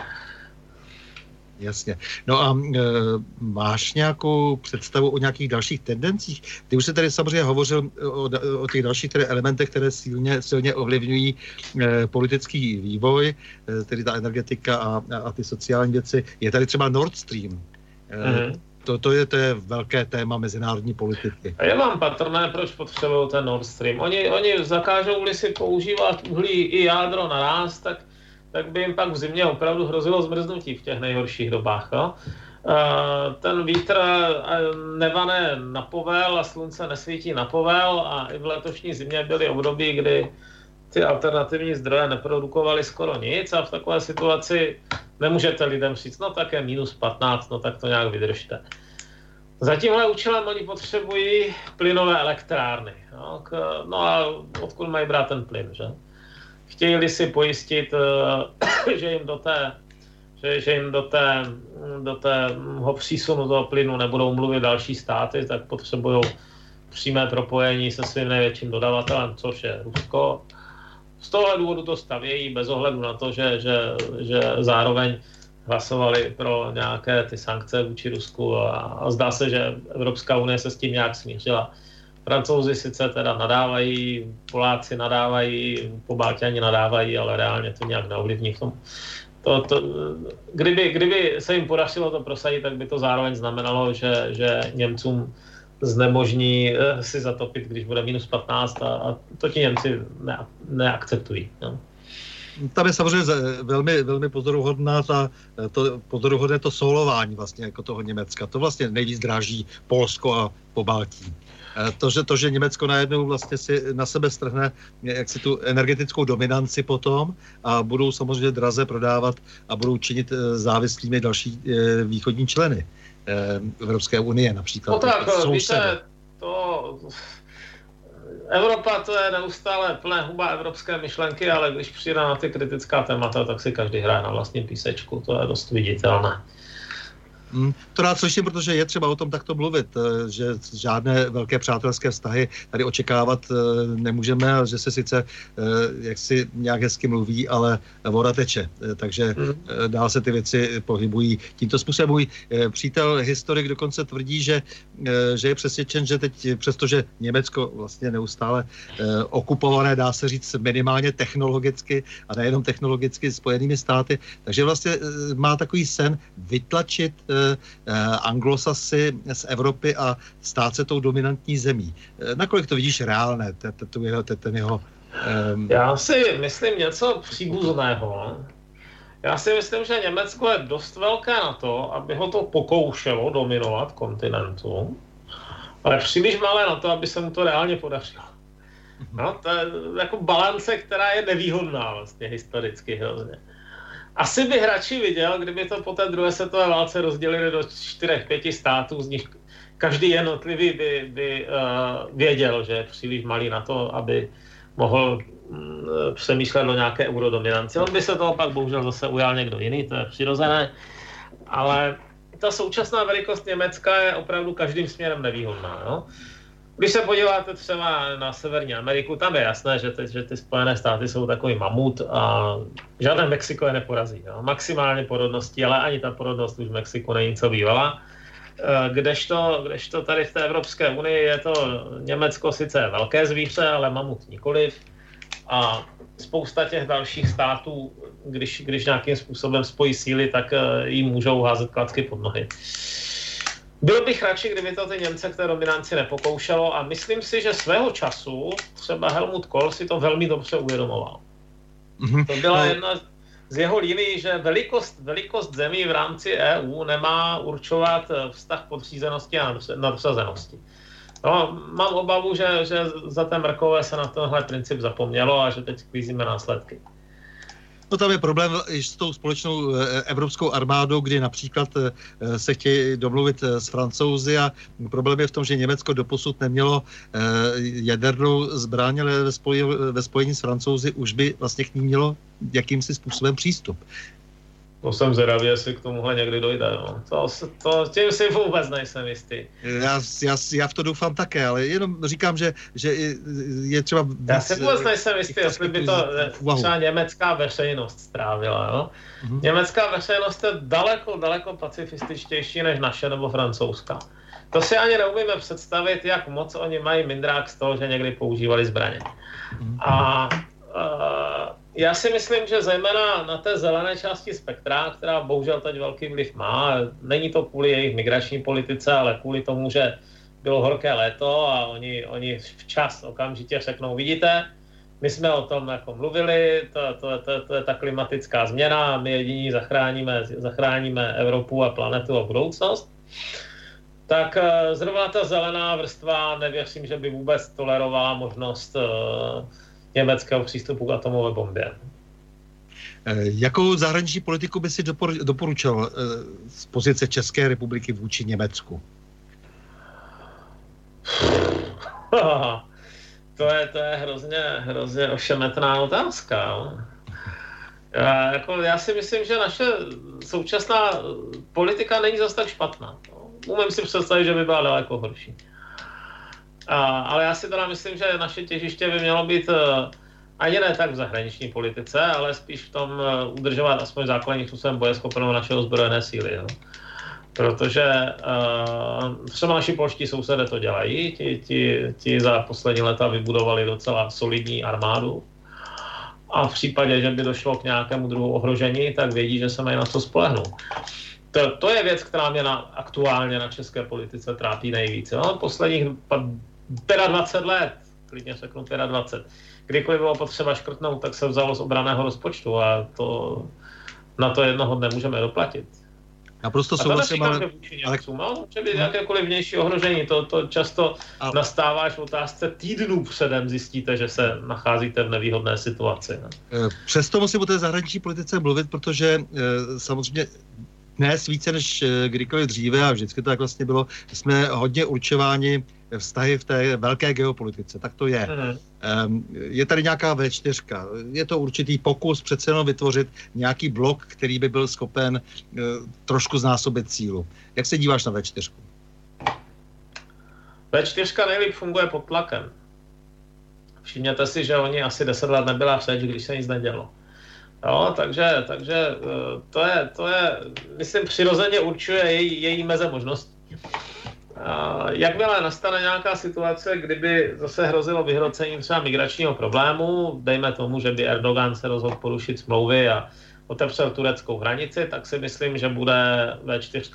Jasně. No a e, máš nějakou představu o nějakých dalších tendencích? Ty už se tady samozřejmě hovořil o, o těch dalších tedy elementech, které silně, silně ovlivňují e, politický vývoj, e, tedy ta energetika a, a ty sociální věci. Je tady třeba Nord Stream. E, mm-hmm. to, to, je, to je velké téma mezinárodní politiky. A je vám patrné, proč potřebují ten Nord Stream. Oni, oni zakážou-li si používat uhlí i jádro naráz, tak tak by jim pak v zimě opravdu hrozilo zmrznutí v těch nejhorších dobách. Jo? Ten vítr nevane na povel a slunce nesvítí na povel a i v letošní zimě byly období, kdy ty alternativní zdroje neprodukovaly skoro nic a v takové situaci nemůžete lidem říct, no tak je minus patnáct, no tak to nějak vydržte. Za tímhle účelem oni potřebují plynové elektrárny. Jo? No a odkud mají brát ten plyn, že? Chtějí si pojistit, že jim do té, že, že jim do té, do tého přísunu toho plynu nebudou mluvit další státy, tak potřebují přímé propojení se svým největším dodavatelem, což je Rusko. Z tohohle důvodu to stavějí bez ohledu na to, že, že, že zároveň hlasovali pro nějaké ty sankce vůči Rusku a, a zdá se, že Evropská unie se s tím nějak smířila. Francouzi sice teda nadávají, Poláci nadávají, Pobalťani nadávají, ale reálně to nějak neovlivní v tom. To, to, kdyby, kdyby se jim podařilo to prosadit, tak by to zároveň znamenalo, že, že Němcům znemožní si zatopit, když bude minus patnáct a, a to ti Němci ne, neakceptují. No. Tam je samozřejmě velmi, velmi pozoruhodná ta, to, pozoruhodné to solování vlastně jako toho Německa. To vlastně nejvíc dráží Polsko a Pobaltí. To že, to, že Německo najednou vlastně si na sebe strhne jak si tu energetickou dominanci potom a budou samozřejmě draze prodávat a budou činit závislými další východní členy Evropské unie například. No tak, víte, to... Evropa to je neustále plné huba evropské myšlenky, ale když přijde na ty kritická témata, tak si každý hraje na vlastní písečku, to je dost viditelné. Hmm, to rád slyším, protože je třeba o tom takto mluvit, že žádné velké přátelské vztahy tady očekávat nemůžeme, že se sice jak si nějak hezky mluví, ale voda teče, takže hmm. dál se ty věci pohybují tímto způsobem. Můj přítel historik dokonce tvrdí, že, že je přesvědčen, že teď, přestože Německo vlastně neustále okupované, dá se říct minimálně technologicky a nejenom technologicky Spojenými státy, takže vlastně má takový sen vytlačit anglosasy z Evropy a stát se tou dominantní zemí. Nakolik to vidíš reálné, ten jeho... Um... Já si myslím něco příbuzného. Já si myslím, že Německo je dost velké na to, aby ho to pokoušelo dominovat kontinentu, ale příliš malé na to, aby se mu to reálně podařilo. No, to je jako balance, která je nevýhodná vlastně historicky hrozně. Asi bych radši viděl, kdyby to po té druhé světové válce rozdělili do čtyřech, pěti států, z nich každý jednotlivý by, by uh, věděl, že je příliš malý na to, aby mohl uh, přemýšlet o nějaké eurodominanci. On by se toho pak bohužel zase ujal někdo jiný, to je přirozené, ale ta současná velikost Německa je opravdu každým směrem nevýhodná. No? Když se podíváte třeba na Severní Ameriku, tam je jasné, že, ty, že ty Spojené státy jsou takový mamut a žádné Mexiko je neporazí. Jo? Maximálně porodností, ale ani ta porodnost už v Mexiku není co bývala. Kdežto, kdežto tady v té Evropské unii je to Německo sice velké zvíře, ale mamut nikoliv. A spousta těch dalších států, když, když nějakým způsobem spojí síly, tak jim můžou házet klacky pod nohy. Byl bych radši, kdyby to ty Němce k té dominanci nepokoušelo a myslím si, že svého času třeba Helmut Kohl si to velmi dobře uvědomoval. Mm-hmm. To byla jedna z jeho linií, že velikost, velikost zemí v rámci E U nemá určovat vztah podřízenosti a nadřazenosti. No, mám obavu, že, že za té Merkelové se na tenhle princip zapomnělo a že teď sklízíme následky. No tam je problém i s tou společnou evropskou armádou, kdy například se chtějí domluvit s Francouzi a problém je v tom, že Německo doposud nemělo jadernou zbraň, ale ve spojení, ve spojení s Francouzi už by vlastně k ní mělo jakýmsi způsobem přístup. To jsem zvědavý, jestli k tomuhle někdy dojde. No. To, to, tím si vůbec nejsem jistý. Já, já, já v to doufám také, ale jenom říkám, že, že je třeba... Víc, já si vůbec nejsem jistý, jestli by to třeba německá veřejnost strávila. Jo? Mm-hmm. Německá veřejnost je daleko, daleko pacifističtější než naše nebo francouzská. To si ani neumíme představit, jak moc oni mají mindrák z toho, že někdy používali zbraně. Mm-hmm. A... Uh, Já si myslím, že zejména na té zelené části spektra, která bohužel teď velký vliv má, není to kvůli jejich migrační politice, ale kvůli tomu, že bylo horké léto a oni, oni včas okamžitě řeknou, vidíte, my jsme o tom jako mluvili, to, to, to, to je ta klimatická změna a my jediní zachráníme, zachráníme Evropu a planetu a budoucnost. Tak zrovna ta zelená vrstva nevěřím, že by vůbec tolerovala možnost německého přístupu k atomové bombě. Jakou zahraniční politiku by si doporučil z pozice České republiky vůči Německu? to je, to je hrozně, hrozně ošemetná otázka. Já, jako, já si myslím, že naše současná politika není zase tak špatná. Umím si představit, že by byla daleko horší. A, ale já si teda myslím, že naše těžiště by mělo být uh, ani ne tak v zahraniční politice, ale spíš v tom uh, udržovat aspoň základním způsobem bojeschopnou naše ozbrojené síly. Jo. Protože uh, třeba naši polští sousedé to dělají, ti, ti, ti za poslední léta vybudovali docela solidní armádu a v případě, že by došlo k nějakému druhu ohrožení, tak vědí, že se mají na co spolehnout. To, to je věc, která mě na, aktuálně na české politice trápí nejvíce. No, posledních dvacet pět let, klidně řeknu dvacet pět, kdykoliv bylo potřeba škrtnout, tak se vzalo z obranného rozpočtu a to na to jednoho dne můžeme doplatit. Naprosto souhlasím, ale... ale... No, že by jakékoliv vnější ohrožení, to, to často ale... nastává až v otázce týdnů předem zjistíte, že se nacházíte v nevýhodné situaci. Ne? Přesto musím o té zahraniční politice mluvit, protože samozřejmě dnes více než kdykoliv dříve, a vždycky to tak vlastně bylo, jsme hodně určováni vztahy v té velké geopolitice. Tak to je. Mm. Je tady nějaká vé čtyři. Je to určitý pokus přece jenom vytvořit nějaký blok, který by byl schopen trošku znásobit sílu. Jak se díváš na vé čtyři? vé čtyři nejlíp funguje pod tlakem. Všimněte si, že oni asi deset let nebyla řeč, když se nic nedělo. Jo, takže, takže to je, to je, myslím, přirozeně určuje její, její meze možností. Jakmile nastane nějaká situace, kdyby zase hrozilo vyhrocení třeba migračního problému, dejme tomu, že by Erdogan se rozhodl porušit smlouvy a otevřel tureckou hranici, tak si myslím, že bude vé čtyři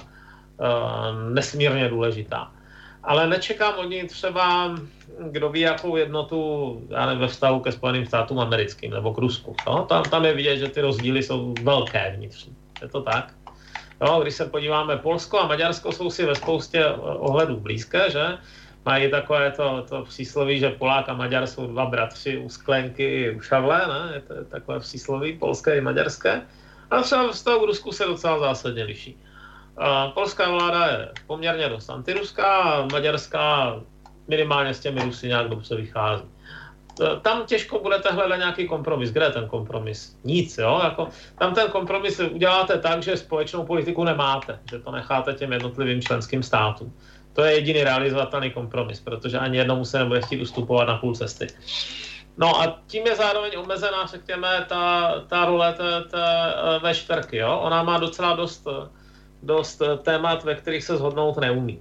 nesmírně důležitá. Ale nečekám od ní třeba, kdo ví, jakou jednotu, já nevím, ve vztahu ke Spojeným státům americkým nebo k Rusku. No, tam, tam je vidět, že ty rozdíly jsou velké vnitřní. Je to tak? No, když se podíváme, Polsko a Maďarsko jsou si ve spoustě ohledů blízké, že? Mají takové to, to přísloví, že Polák a Maďar jsou dva bratři u sklenky i u šavle, ne? Je to takové přísloví, polské i maďarské. A třeba ve vztahu k Rusku se docela zásadně liší. Polská vláda je poměrně dost antiruská, maďarská minimálně s těmi Rusy nějak dobře vychází. Tam těžko budete hledat nějaký kompromis. Kde je ten kompromis? Nic, jo? Jako, tam ten kompromis uděláte tak, že společnou politiku nemáte, že to necháte těm jednotlivým členským státům. To je jediný realizovatelný kompromis, protože ani jednomu se nebude chtít ustupovat na půl cesty. No a tím je zároveň omezená, řekněme, ta, ta role té, té vé čtyři, jo? Ona má docela dost... dost témat, ve kterých se shodnout neumí.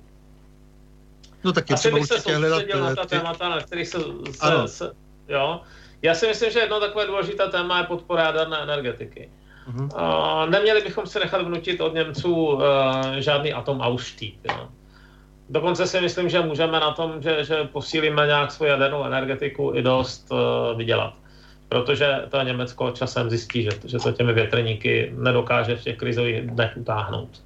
No tak je Asi bych se soustředil na ta témata, na kterých se, se, se... Jo. Já si myslím, že jedno takové důležité téma je podpora jaderné energetiky. Uh-huh. Uh, neměli bychom se nechat vnutit od Němců uh, žádný atom Ausstieg. Jo. Dokonce si myslím, že můžeme na tom, že, že posílíme nějak svou jadernou energetiku i dost uh, vydělat. Protože to Německo časem zjistí, že, že to těmi větrníky nedokáže v těch krizových dnech utáhnout.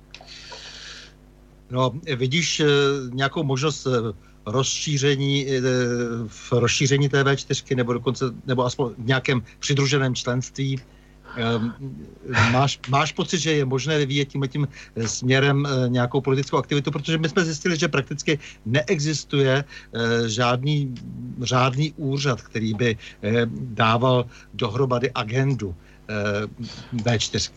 No, vidíš nějakou možnost rozšíření, v rozšíření té vé čtyři nebo dokonce, nebo aspoň v nějakém přidruženém členství Máš, máš pocit, že je možné vyvíjet tím tím směrem nějakou politickou aktivitu, protože my jsme zjistili, že prakticky neexistuje žádný řádný úřad, který by dával dohromady agendu vé čtyři.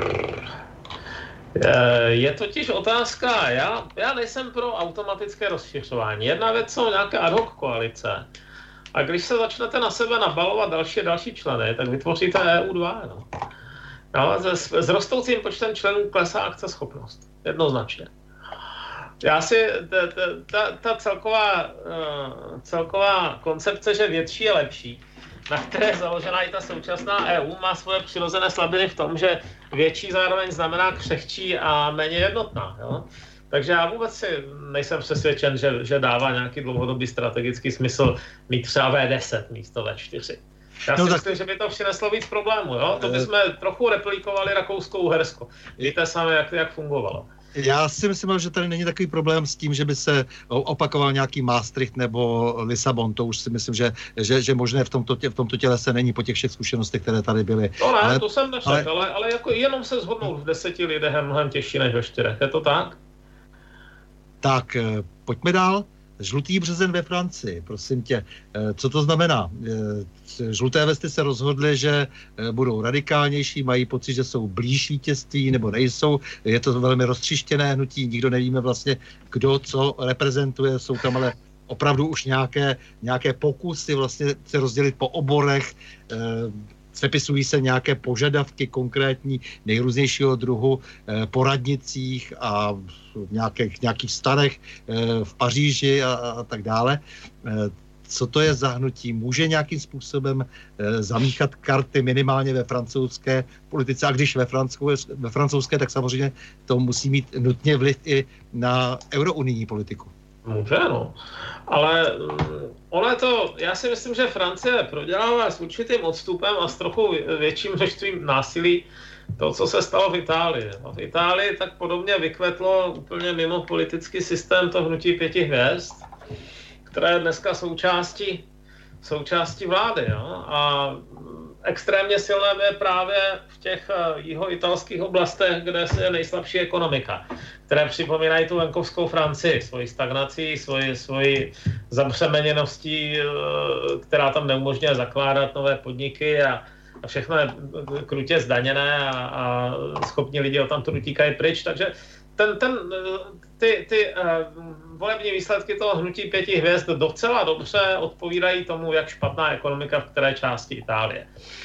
Je totiž otázka, já, já nejsem pro automatické rozšiřování. Jedna věc jsou nějaké ad hoc koalice. A když se začnete na sebe nabalovat další další členy, tak vytvoříte E U dva. No. No, s, s rostoucím počtem členů klesá akceschopnost. Jednoznačně. Já si, ta, ta, ta celková, uh, celková koncepce, že větší je lepší, na které je založená i ta současná E U, má svoje přirozené slabiny v tom, že větší zároveň znamená křehčí a méně jednotná. Jo? Takže já vůbec si nejsem přesvědčen, že, že dává nějaký dlouhodobý strategický smysl mít třeba V deset místo V čtyři. Já si no, myslím, tak... že by to přineslo víc problémů. Jo? To bychom trochu replikovali Rakousko-Uhersko. Víte sami, jak, jak fungovalo. Já si myslím, že tady není takový problém s tím, že by se opakoval nějaký Maastricht nebo Lisabon. To už si myslím, že, že, že možné v tomto, tě, v tomto tělese není po těch všech zkušenostech, které tady byly. No ne, ale, to jsem neřekl, ale, ale, ale jako jenom se shodnout v deseti lidech je mnohem těžší než ve čtyřech. Je to tak? Tak, pojďme dál. Žlutý březen ve Francii, prosím tě. Co to znamená? Žluté vesty se rozhodly, že budou radikálnější, mají pocit, že jsou blíž vítězství, nebo nejsou. Je to velmi roztříštěné hnutí, nikdo nevíme vlastně, kdo co reprezentuje. Jsou tam ale opravdu už nějaké, nějaké pokusy vlastně se rozdělit po oborech. Sepisují se nějaké požadavky konkrétní nejrůznějšího druhu po radnicích a v nějakých, nějakých stanech v Paříži a, a tak dále. Co to je za hnutí? Může nějakým způsobem zamíchat karty minimálně ve francouzské politice? A když ve, francouzské, ve francouzské, tak samozřejmě to musí mít nutně vliv i na eurounijní politiku. Může, no. Ale ono to, já si myslím, že Francie prodělává s určitým odstupem a s trochu větším množstvím násilí to, co se stalo v Itálii. A v Itálii tak podobně vykvetlo úplně mimo politický systém to hnutí pěti hvězd, které je dneska součástí, součástí vlády. Jo? A extrémně silné je právě v těch jihoitalských oblastech, kde je nejslabší ekonomika, které připomínají tu venkovskou Francii, svoji stagnací, svoji, svoji zabřemeněností, která tam neumožňuje zakládat nové podniky a, a všechno je krutě zdaněné a, a schopní lidi odtamtud utíkají pryč. Takže ten, ten, ty, ty uh, volební výsledky toho hnutí pěti hvězd docela dobře odpovídají tomu, jak špatná ekonomika v které části Itálie.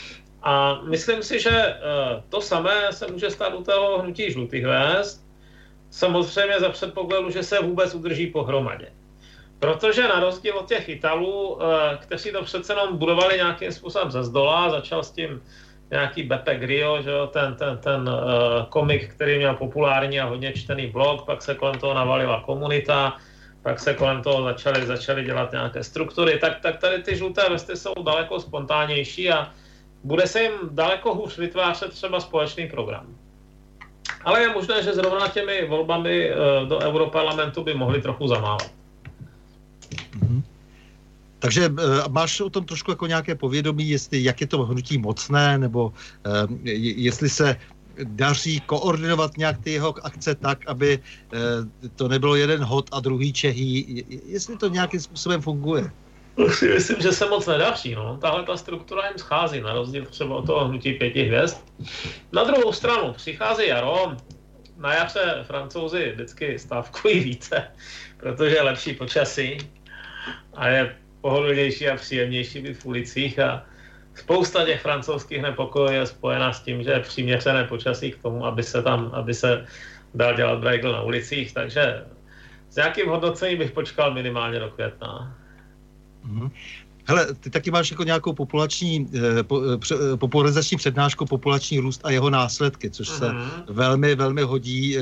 A myslím si, že uh, to samé se může stát u toho hnutí žlutých hvězd, samozřejmě za předpokladu, že se vůbec udrží pohromadě. Protože na rozdíl od těch Italů, uh, kteří to přece jenom budovali nějakým způsobem ze zdola, začal s tím nějaký Beppe Grillo, že jo, ten, ten, ten uh, komik, který měl populární a hodně čtený blog, pak se kolem toho navalila komunita, pak se kolem toho začaly, začaly dělat nějaké struktury, tak, tak tady ty žluté vesty jsou daleko spontánnější a bude se jim daleko hůř vytvářet třeba společný program. Ale je možné, že zrovna těmi volbami uh, do Europarlamentu by mohli trochu zamávat. Mm-hmm. Takže uh, máš o tom trošku jako nějaké povědomí, jestli, jak je to hnutí mocné, nebo uh, jestli se daří koordinovat nějak ty jeho akce tak, aby uh, to nebylo jeden hod a druhý čehý, jestli to nějakým způsobem funguje. Myslím, že se moc nedaří. No. Tahle ta struktura jim schází, na rozdíl třeba od toho hnutí pěti hvězd. Na druhou stranu přichází jaro, na jaře Francouzi vždycky stávkují více, protože je lepší počasí a je pohodlnější a příjemnější být v ulicích a spousta těch francouzských nepokojů je spojená s tím, že je přiměřené počasí k tomu, aby se tam, aby se dal dělat brajgl na ulicích, takže s nějakým hodnocením bych počkal minimálně do května. Mm-hmm. Hele, ty taky máš jako nějakou populační, eh, po, eh, popularizační přednášku Populační růst a jeho následky, což mm-hmm. se velmi, velmi hodí eh,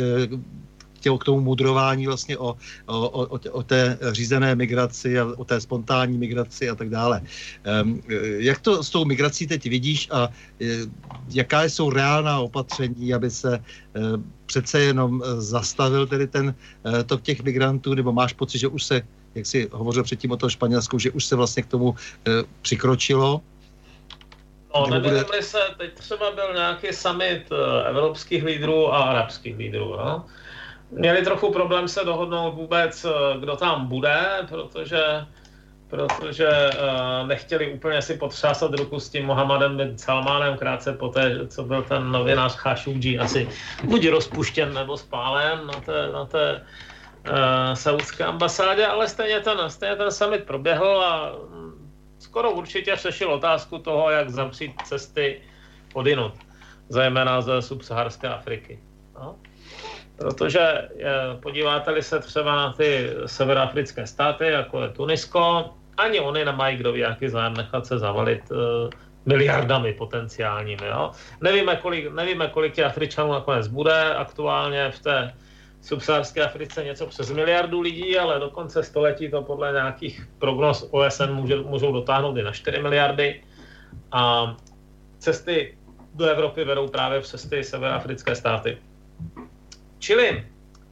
k tomu mudrování vlastně o, o, o, o té řízené migraci a o té spontánní migraci a tak dále. Um, jak to s tou migrací teď vidíš a eh, jaká jsou reálná opatření, aby se eh, přece jenom zastavil tedy ten eh, tok těch migrantů, nebo máš pocit, že už se, jak jsi hovořil předtím o tom Španělsku, že už se vlastně k tomu e, přikročilo? No, nevím, bude... se, teď třeba byl nějaký summit evropských lídrů a arabských lídrů, no. Měli trochu problém se dohodnout vůbec, kdo tam bude, protože, protože uh, nechtěli úplně si potřásat ruku s tím Mohammedem bin Salmanem krátce poté, co byl ten novinář Khashoggi asi buď rozpuštěn nebo spálen na té, na té uh, saudské ambasádě, ale stejně ten, stejně ten summit proběhl a skoro určitě řešil otázku toho, jak zavřít cesty odinut, zejména ze subsaharské Afriky. No. Protože podíváte-li se třeba na ty severoafrické státy, jako je Tunisko, ani oni nemají kdo ví, jaký zájem nechat se zavalit uh, miliardami potenciálními. Jo? Nevíme, kolik, nevíme, kolik těch Afričanů nakonec bude. Aktuálně v té subsaharské Africe něco přes miliardu lidí, ale do konce století to podle nějakých prognóz O S N může, můžou dotáhnout i na čtyři miliardy. A cesty do Evropy vedou právě přes ty severoafrické státy. Čili,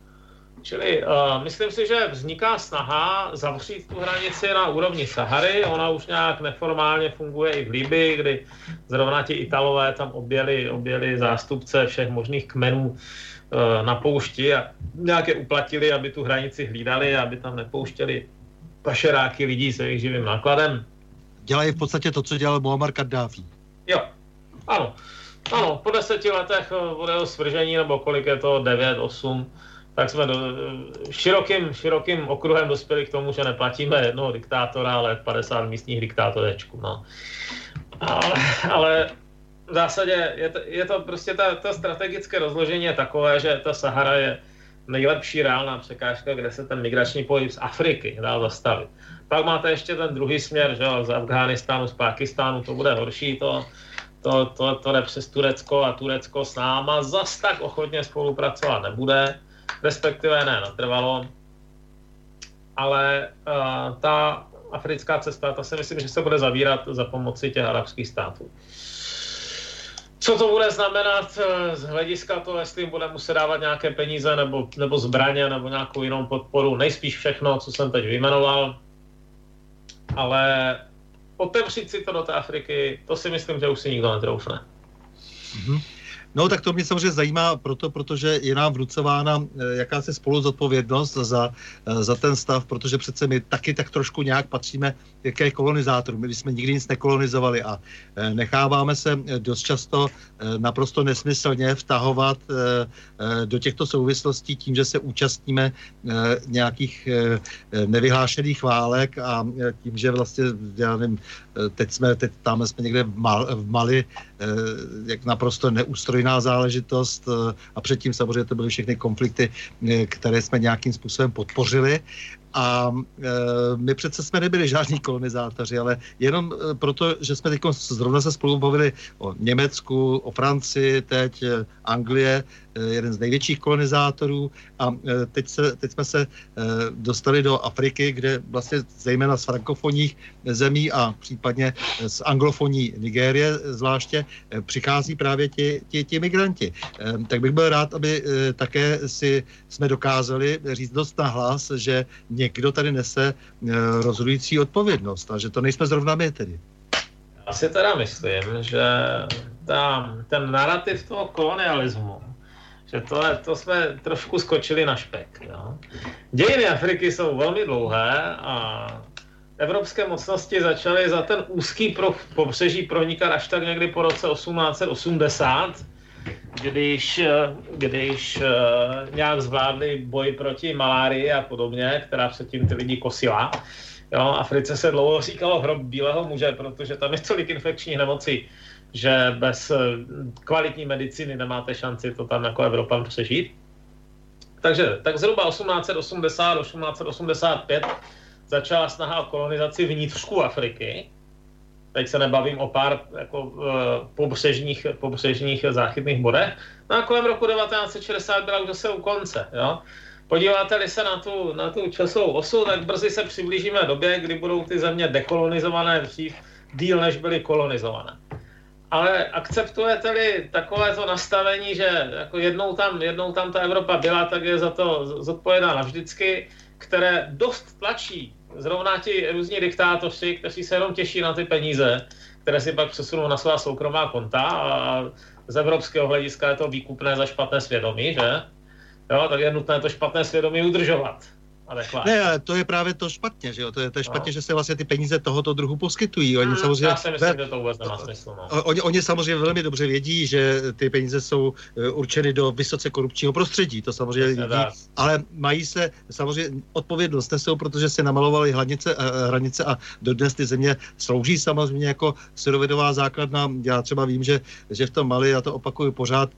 čili uh, myslím si, že vzniká snaha zavřít tu hranici na úrovni Sahary. Ona už nějak neformálně funguje i v Libyi, kdy zrovna ti Italové tam objeli, objeli zástupce všech možných kmenů uh, na poušti a nějak je uplatili, aby tu hranici hlídali, aby tam nepouštěli pašeráky lidí se jejich živým nákladem. Dělají v podstatě to, co dělal Muammar Kaddáfí. Jo, ano. Ano, po deseti letech od jeho svržení, nebo kolik je to, devět, osm, tak jsme do, širokým, širokým okruhem dospěli k tomu, že neplatíme jednoho diktátora, ale padesát místních diktátorečků. No. Ale, ale v zásadě je to, je to prostě ta, ta strategické rozložení je takové, že ta Sahara je nejlepší reálná překážka, kde se ten migrační pohyb z Afriky dá zastavit. Pak máte ještě ten druhý směr, že jo, z Afghánistánu, z Pákistánu, to bude horší, to To, to, to jde přes Turecko a Turecko s náma zas tak ochotně spolupracovat nebude, respektive ne natrvalo, ale uh, ta africká cesta, ta si myslím, že se bude zavírat za pomoci těch arabských států. Co to bude znamenat z hlediska toho, jestli jim bude muset dávat nějaké peníze nebo, nebo zbraně nebo nějakou jinou podporu, nejspíš všechno, co jsem teď vyjmenoval, ale otevřít si to do té Afriky, to si myslím, že už si nikdo netroufne. Mm-hmm. No tak to mě samozřejmě zajímá proto, protože je nám vnucována jakási spoluzodpovědnost za, za ten stav, protože přece my taky tak trošku nějak patříme ke kolonizátorům. My jsme nikdy nic nekolonizovali a necháváme se dost často naprosto nesmyslně vtahovat do těchto souvislostí tím, že se účastníme nějakých nevyhlášených válek a tím, že vlastně, já nevím, teď jsme, teď tam jsme někde v, Mal, v Mali, jak naprosto neústrojná záležitost a předtím samozřejmě to byly všechny konflikty, které jsme nějakým způsobem podpořili. A e, my přece jsme nebyli žádní kolonizátoři, ale jenom proto, že jsme teď zrovna se spolu bavili o Německu, o Francii, teď Anglie, jeden z největších kolonizátorů a teď, se, teď jsme se dostali do Afriky, kde vlastně zejména z frankofonních zemí a případně z anglofonní Nigérie zvláště přichází právě ti, ti, ti migranti. Tak bych byl rád, aby také si jsme dokázali říct dost nahlas, že někdo tady nese rozhodující odpovědnost a že to nejsme zrovna my tedy. Já si teda myslím, že ta, ten narrativ toho kolonialismu, že to, to jsme trošku skočili na špek. Jo. Dějiny Afriky jsou velmi dlouhé a evropské mocnosti začaly za ten úzký pro, pobřeží pronikat až tak někdy po roce osmnáct set osmdesát, když, když nějak zvládli boj proti malárii a podobně, která předtím ty lidi kosila. Jo, Africe se dlouho říkalo hrob bílého muže, protože tam je tolik infekčních nemocí, že bez kvalitní medicíny nemáte šanci to tam jako Evropan přežít. Takže tak zhruba osmnáct set osmdesát až osmnáct set osmdesát pět začala snaha o kolonizaci vnitřku Afriky. Teď se nebavím o pár jako, uh, pobřežních, pobřežních záchytných bodech. No a kolem roku devatenáct set šedesát byla už zase u konce. Jo? Podíváte-li se na tu, na tu časovou osu, tak brzy se přiblížíme době, kdy budou ty země dekolonizované dřív díl, než byly kolonizované. Ale akceptujete-li takovéto nastavení, že jako jednou, tam, jednou tam ta Evropa byla, tak je za to zodpovědná navždycky, které dost tlačí zrovna ti různí diktátoři, kteří se jenom těší na ty peníze, které si pak přesunou na svá soukromá konta a z evropského hlediska je to výkupné za špatné svědomí, že? Jo, tak je nutné to špatné svědomí udržovat. Adekvátně. Ne, to je právě to špatně, že jo? To je, to je špatně, no. Že se vlastně ty peníze tohoto druhu poskytují. Oni hmm, samozřejmě, já si myslím, že to vůbec nemá smysl. No. Oni, oni samozřejmě velmi dobře vědí, že ty peníze jsou určeny do vysoce korupčního prostředí, to samozřejmě vědí, ale mají se samozřejmě odpovědnost nesou, protože se namalovali hranice, hranice a dodnes ty země slouží samozřejmě jako surovinová základna. Já třeba vím, že, že v tom Mali, já to opakuju pořád,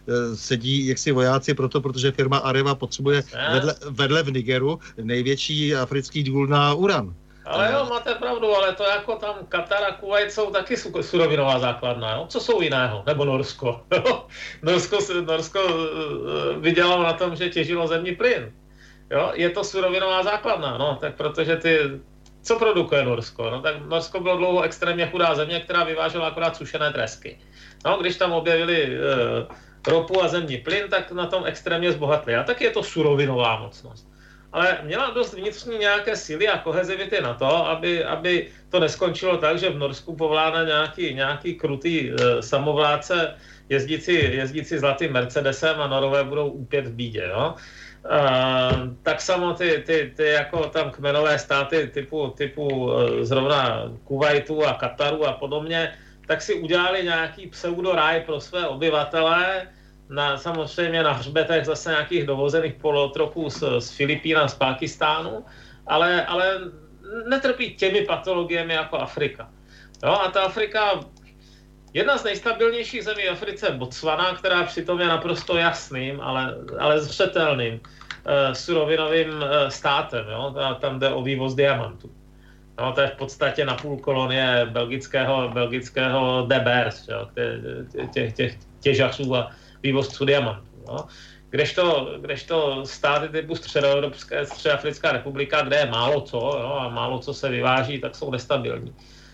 sedí jaksi vojáci proto, protože firma Areva potřebuje vedle, vedle v Nigeru největší africký důl na uran. Ale jo, máte pravdu, ale to jako tam Katar a Kuvajt jsou taky surovinová základna, jo? Co jsou jiného? Nebo Norsko. Norsko, Norsko vydělalo na tom, že těžilo zemní plyn. Jo? Je to surovinová základna, no, tak protože ty... Co produkuje Norsko? No, tak Norsko bylo dlouho extrémně chudá země, která vyvážela akorát sušené tresky. No, když tam objevili e, ropu a zemní plyn, tak na tom extrémně zbohatli. A tak je to surovinová mocnost. Ale měla dost vnitřní nějaké síly a kohezivity na to, aby, aby to neskončilo tak, že v Norsku povládne nějaký, nějaký krutý e, samovládce jezdící, jezdící zlatým Mercedesem a Norové budou úpět v bídě. Jo? E, tak samo ty, ty, ty jako tam kmenové státy typu, typu e, zrovna Kuvajtu a Kataru a podobně, tak si udělali nějaký pseudoráj pro své obyvatele, na, samozřejmě na hřbetech zase nějakých dovozených polootroků z, z Filipín a z Pákistánu, ale, ale netrpí těmi patologiemi jako Afrika. Jo, a ta Afrika, jedna z nejstabilnějších zemí v Africe, Botswana, která přitom je naprosto jasným, ale, ale zřetelným uh, surovinovým uh, státem. Jo? Tam jde o vývoz diamantů. No, to je v podstatě na půl kolonie belgického, belgického De Beers, jo? Těch, těch těžařů a vývozců diamantů. No. Kdežto, kdežto státy typu Středoevropské, Středoafrická republika, kde je málo co, jo, a málo co se vyváží, tak jsou nestabilní.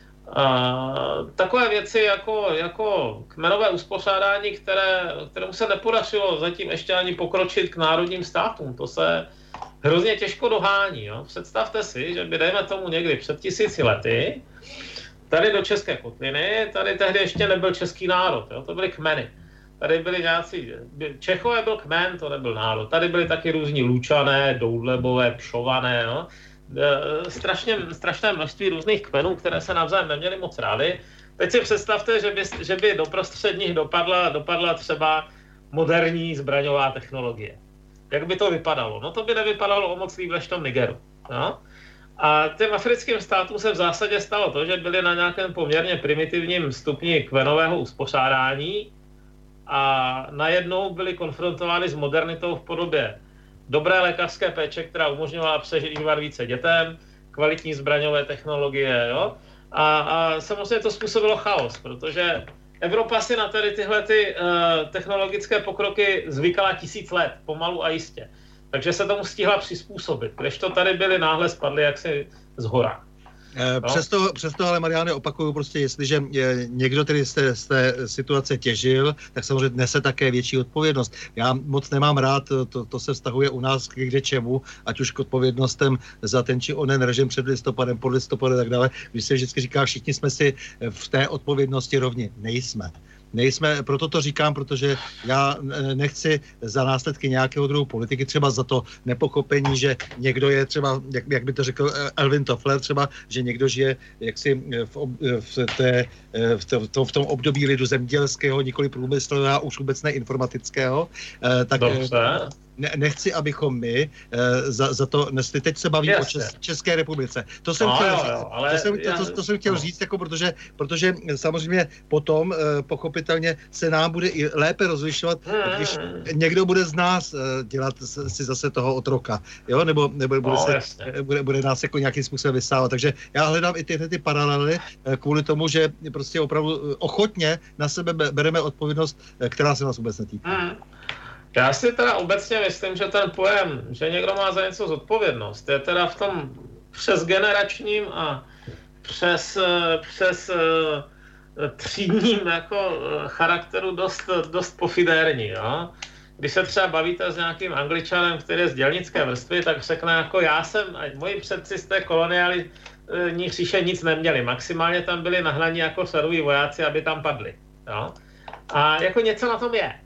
A takové věci jako, jako kmenové uspořádání, které, kterému se nepodařilo zatím ještě ani pokročit k národním státům, to se hrozně těžko dohání. Jo. Představte si, že by dejme tomu někdy před tisíci lety, tady do České kotliny, tady tehdy ještě nebyl český národ, jo, to byly kmeny. Tady byli nějací, Čechové byl kmen, to nebyl národ. Tady byli taky různí Lučané, Doudlebové, Pšované, no. Strašně, strašné množství různých kmenů, které se navzájem neměly moc rády. Teď si představte, že by, že by do prostředních dopadla, dopadla třeba moderní zbraňová technologie. Jak by to vypadalo? No to by nevypadalo o moc líp než v tom Nigeru. No? A těm africkým státům se v zásadě stalo to, že byli na nějakém poměrně primitivním stupni kmenového uspořádání, a najednou byli konfrontováni s modernitou v podobě dobré lékařské péče, která umožňovala přežívat více dětem, kvalitní zbraňové technologie, jo? A, a samozřejmě to způsobilo chaos, protože Evropa si na tady tyhle ty, uh, technologické pokroky zvykala tisíc let, pomalu a jistě. Takže se tomu stihla přizpůsobit, když to tady byly náhle spadly jaksi z hora. No. Přesto, přesto ale, Mariáne, opakuju prostě, jestliže někdo tedy z té, z té situace těžil, tak samozřejmě nese také větší odpovědnost. Já moc nemám rád, to, to se vztahuje u nás k kde čemu, ať už k odpovědnostem za ten či onen režim před listopadem, pod listopadem a tak dále, když se vždycky říká, všichni jsme si v té odpovědnosti rovni. Nejsme. Nejsme, proto to říkám, protože já nechci za následky nějakého druhu politiky, třeba za to nepochopení, že někdo je třeba, jak, jak by to řekl Elvin Toffler třeba, že někdo žije jaksi v, v, té, v, to, v tom období lidu zemědělského, nikoli průmyslového a už vůbec ne informatického, tak ne, nechci, abychom my za, za to nesli. Teď se bavím o Čes, České republice. To jsem no, chtěl, jo, jo, ale to jsem, já, to, to, to jsem chtěl no. říct, jako protože, protože samozřejmě potom pochopitelně se nám bude i lépe rozlišovat, když někdo bude z nás dělat si zase toho otroka, jo, nebo, nebo bude, no, se, bude, bude nás jako nějakým způsobem vysávat. Takže já hledám i tyhle ty paralely kvůli tomu, že prostě opravdu ochotně na sebe bereme odpovědnost, která se nás vůbec netýká. Hmm. Já si teda obecně myslím, že ten pojem, že někdo má za něco zodpovědnost, je teda v tom přesgeneračním a přes, přes třídním jako charakteru dost, dost pofidérní. Jo? když se třeba bavíte s nějakým Angličanem, který je z dělnické vrstvy, tak řekne jako já jsem, a moji předci z té koloniální říše nic neměli. Maximálně tam byli nahnaní jako sadoví vojáci, aby tam padli. Jo? A jako něco na tom je.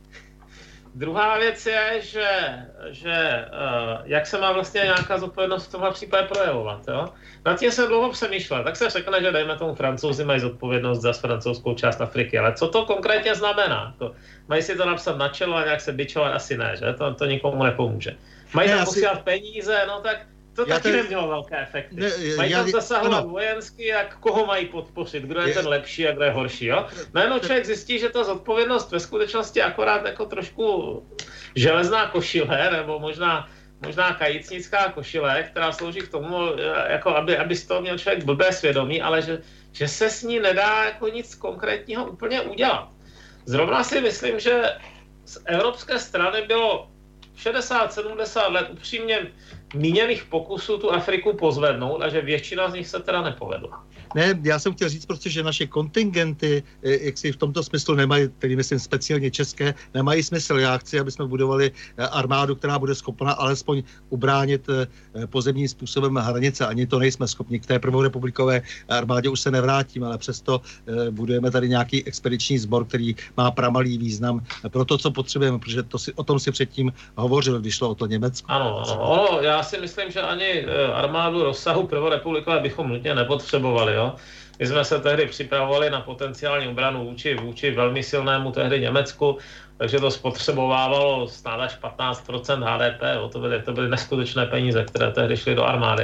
Druhá věc je, že, že uh, jak se má vlastně nějaká zodpovědnost v tomhle případě projevovat. Jo? Nad tím jsem dlouho přemýšlel. Tak se řekne, že dejme tomu Francouzi mají zodpovědnost za francouzskou část Afriky. Ale co to konkrétně znamená? To, mají si to napsat na čelo a nějak se bičovat? Asi ne, že? To, to nikomu nepomůže. Mají tam posílat peníze? No tak to já taky tady... nemělo velké efekty. Ne, mají já, tam zasahovat no. vojensky, jak koho mají podpořit, kdo je, je ten lepší a kdo je horší, jo? Najednou člověk zjistí, že ta zodpovědnost ve skutečnosti akorát jako trošku železná košile, nebo možná, možná kajícnická košile, která slouží k tomu, jako aby, aby z toho měl člověk blbé svědomí, ale že, že se s ní nedá jako nic konkrétního úplně udělat. Zrovna si myslím, že z evropské strany bylo šedesát sedmdesát let upřímně míněných pokusů tu Afriku pozvednout a že většina z nich se teda nepovedla. Ne, já jsem chtěl říct prostě, že naše kontingenty, jak si v tomto smyslu nemají, tedy myslím speciálně české, nemají smysl. Já chci, aby jsme budovali armádu, která bude schopna alespoň ubránit pozemním způsobem hranice. Ani to nejsme schopni. K té prvorepublikové armádě už se nevrátíme, ale přesto budujeme tady nějaký expediční sbor, který má pramalý význam pro to, co potřebujeme, protože to si, o tom si předtím hovořil, když šlo o to Německo. Ano, ano, ono, já si myslím, že ani armádu rozsahu prvorepublikové bychom nutně nepotřebovali. Jo? My jsme se tehdy připravovali na potenciální obranu vůči, vůči velmi silnému tehdy Německu, takže to spotřebovávalo snad až patnáct procent H D P, jo? To, byly, to byly neskutečné peníze, které tehdy šly do armády.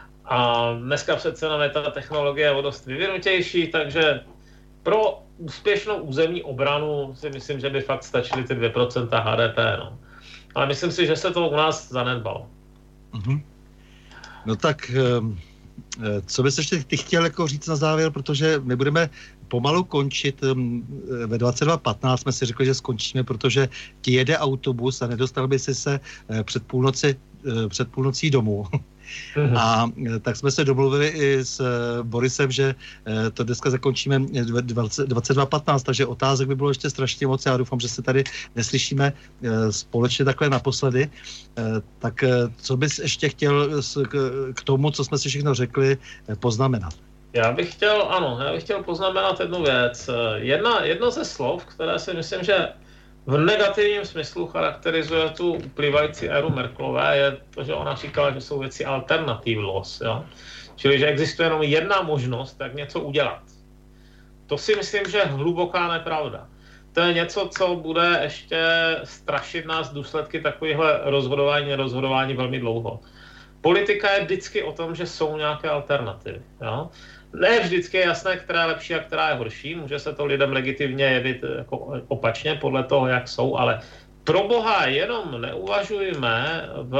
A dneska přece jenom je ta technologie o dost vyvinutější, takže pro úspěšnou územní obranu si myslím, že by fakt stačily ty dvě procenta H D P. No. Ale myslím si, že se to u nás zanedbalo. Mm-hmm. No tak... Um... Co bys ještě ty chtěl jako říct na závěr, protože my budeme pomalu končit. Ve dvacet dva patnáct jsme si řekli, že skončíme, protože ti jede autobus a nedostal by si se před půlnoci, před půlnocí domů. Mm-hmm. A tak jsme se domluvili i s Borisem, že to dneska zakončíme dvacet dva patnáct, takže otázek by bylo ještě strašně moc. Já doufám, že se tady neslyšíme společně takhle naposledy. Tak co bys ještě chtěl k tomu, co jsme si všechno řekli, poznamenat? Já bych chtěl, ano, já bych chtěl poznamenat jednu věc. Jedna, jedno ze slov, které si myslím, že v negativním smyslu charakterizuje tu uplývající éru Merkelové, je to, že ona říkala, že jsou věci alternative laws, jo? Čili, že existuje jenom jedna možnost, jak něco udělat. To si myslím, že je hluboká nepravda. To je něco, co bude ještě strašit nás důsledky takovýchhle rozhodování, nerozhodování velmi dlouho. Politika je vždycky o tom, že jsou nějaké alternativy, jo? Ne vždycky je jasné, která je lepší a která je horší. Může se to lidem legitimně jevit jako opačně podle toho, jak jsou, ale pro boha jenom neuvažujme v,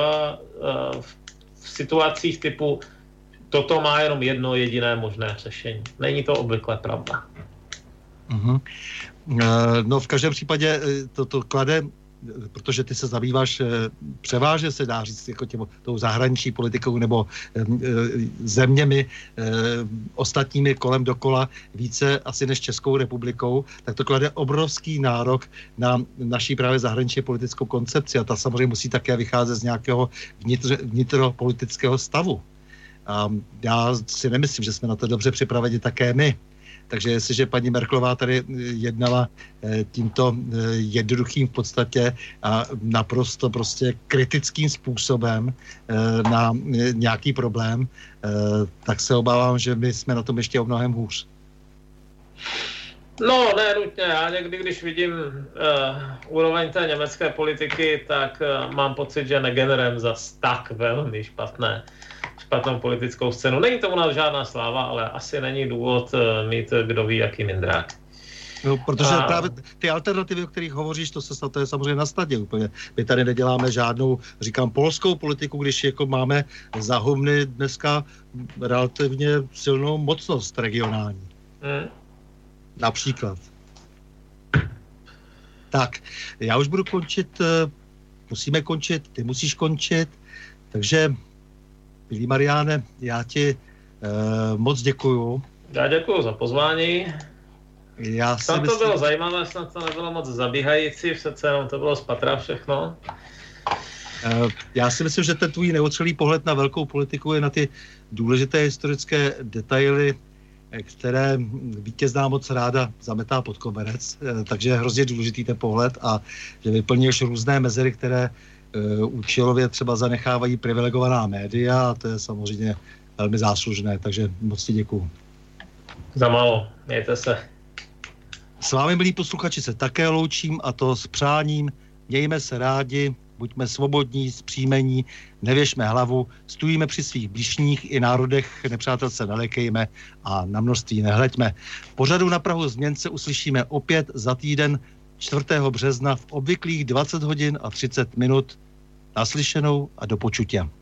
v, v situacích typu toto má jenom jedno jediné možné řešení. Není to obvykle pravda. Uh-huh. No v každém případě to, to klade, protože ty se zabýváš převážně, se dá říct, jako těm, tou zahraniční politikou nebo e, zeměmi e, ostatními kolem dokola více asi než Českou republikou, tak to klade obrovský nárok na naší právě zahraničně politickou koncepci a ta samozřejmě musí také vycházet z nějakého vnitř, vnitropolitického stavu. A já si nemyslím, že jsme na to dobře připraveni také my. Takže jestliže paní Merkelová tady jednala tímto jednoduchým v podstatě a naprosto prostě kritickým způsobem na nějaký problém, tak se obávám, že my jsme na tom ještě o mnohem hůř. No, ne nutně. Já někdy, když vidím uh, úroveň té německé politiky, tak uh, mám pocit, že negenerujeme zas tak velmi špatné. špatnou politickou scénu. Není to u nás žádná sláva, ale asi není důvod mít kdo ví jaký mindrák. No, protože a... právě ty alternativy, o kterých hovoříš, to se to je samozřejmě na stadě úplně. My tady neděláme žádnou, říkám, polskou politiku, když jako máme za humny dneska relativně silnou mocnost regionální. Hmm. Například. Tak, já už budu končit, musíme končit, ty musíš končit, takže milý Mariáne, já ti uh, moc děkuju. Já děkuju za pozvání. Já si Tam to myslím... bylo zajímavé, snad to nebylo moc zabíhající, přece jenom to bylo z patra všechno. Já si myslím, že ten tvůj neotřelý pohled na velkou politiku je na ty důležité historické detaily, které vítězná moc ráda zametá pod koberec, takže je hrozně důležitý ten pohled a že vyplňuješ různé mezery, které účelově třeba zanechávají privilegovaná média a to je samozřejmě velmi záslužné, takže moc ti děkuju. Za málo, mějte se. S vámi, milí posluchači, se také loučím a to s přáním. Mějme se rádi, buďme svobodní, zpříjmení, nevěšme hlavu, stůjíme při svých bližních i národech, nepřátel se nelekejme a na množství nehleďme. V pořadu Na prahu změn se uslyšíme opět za týden čtvrtého března v obvyklých dvacet hodin a třicet minut. Naslyšenou a do počutě.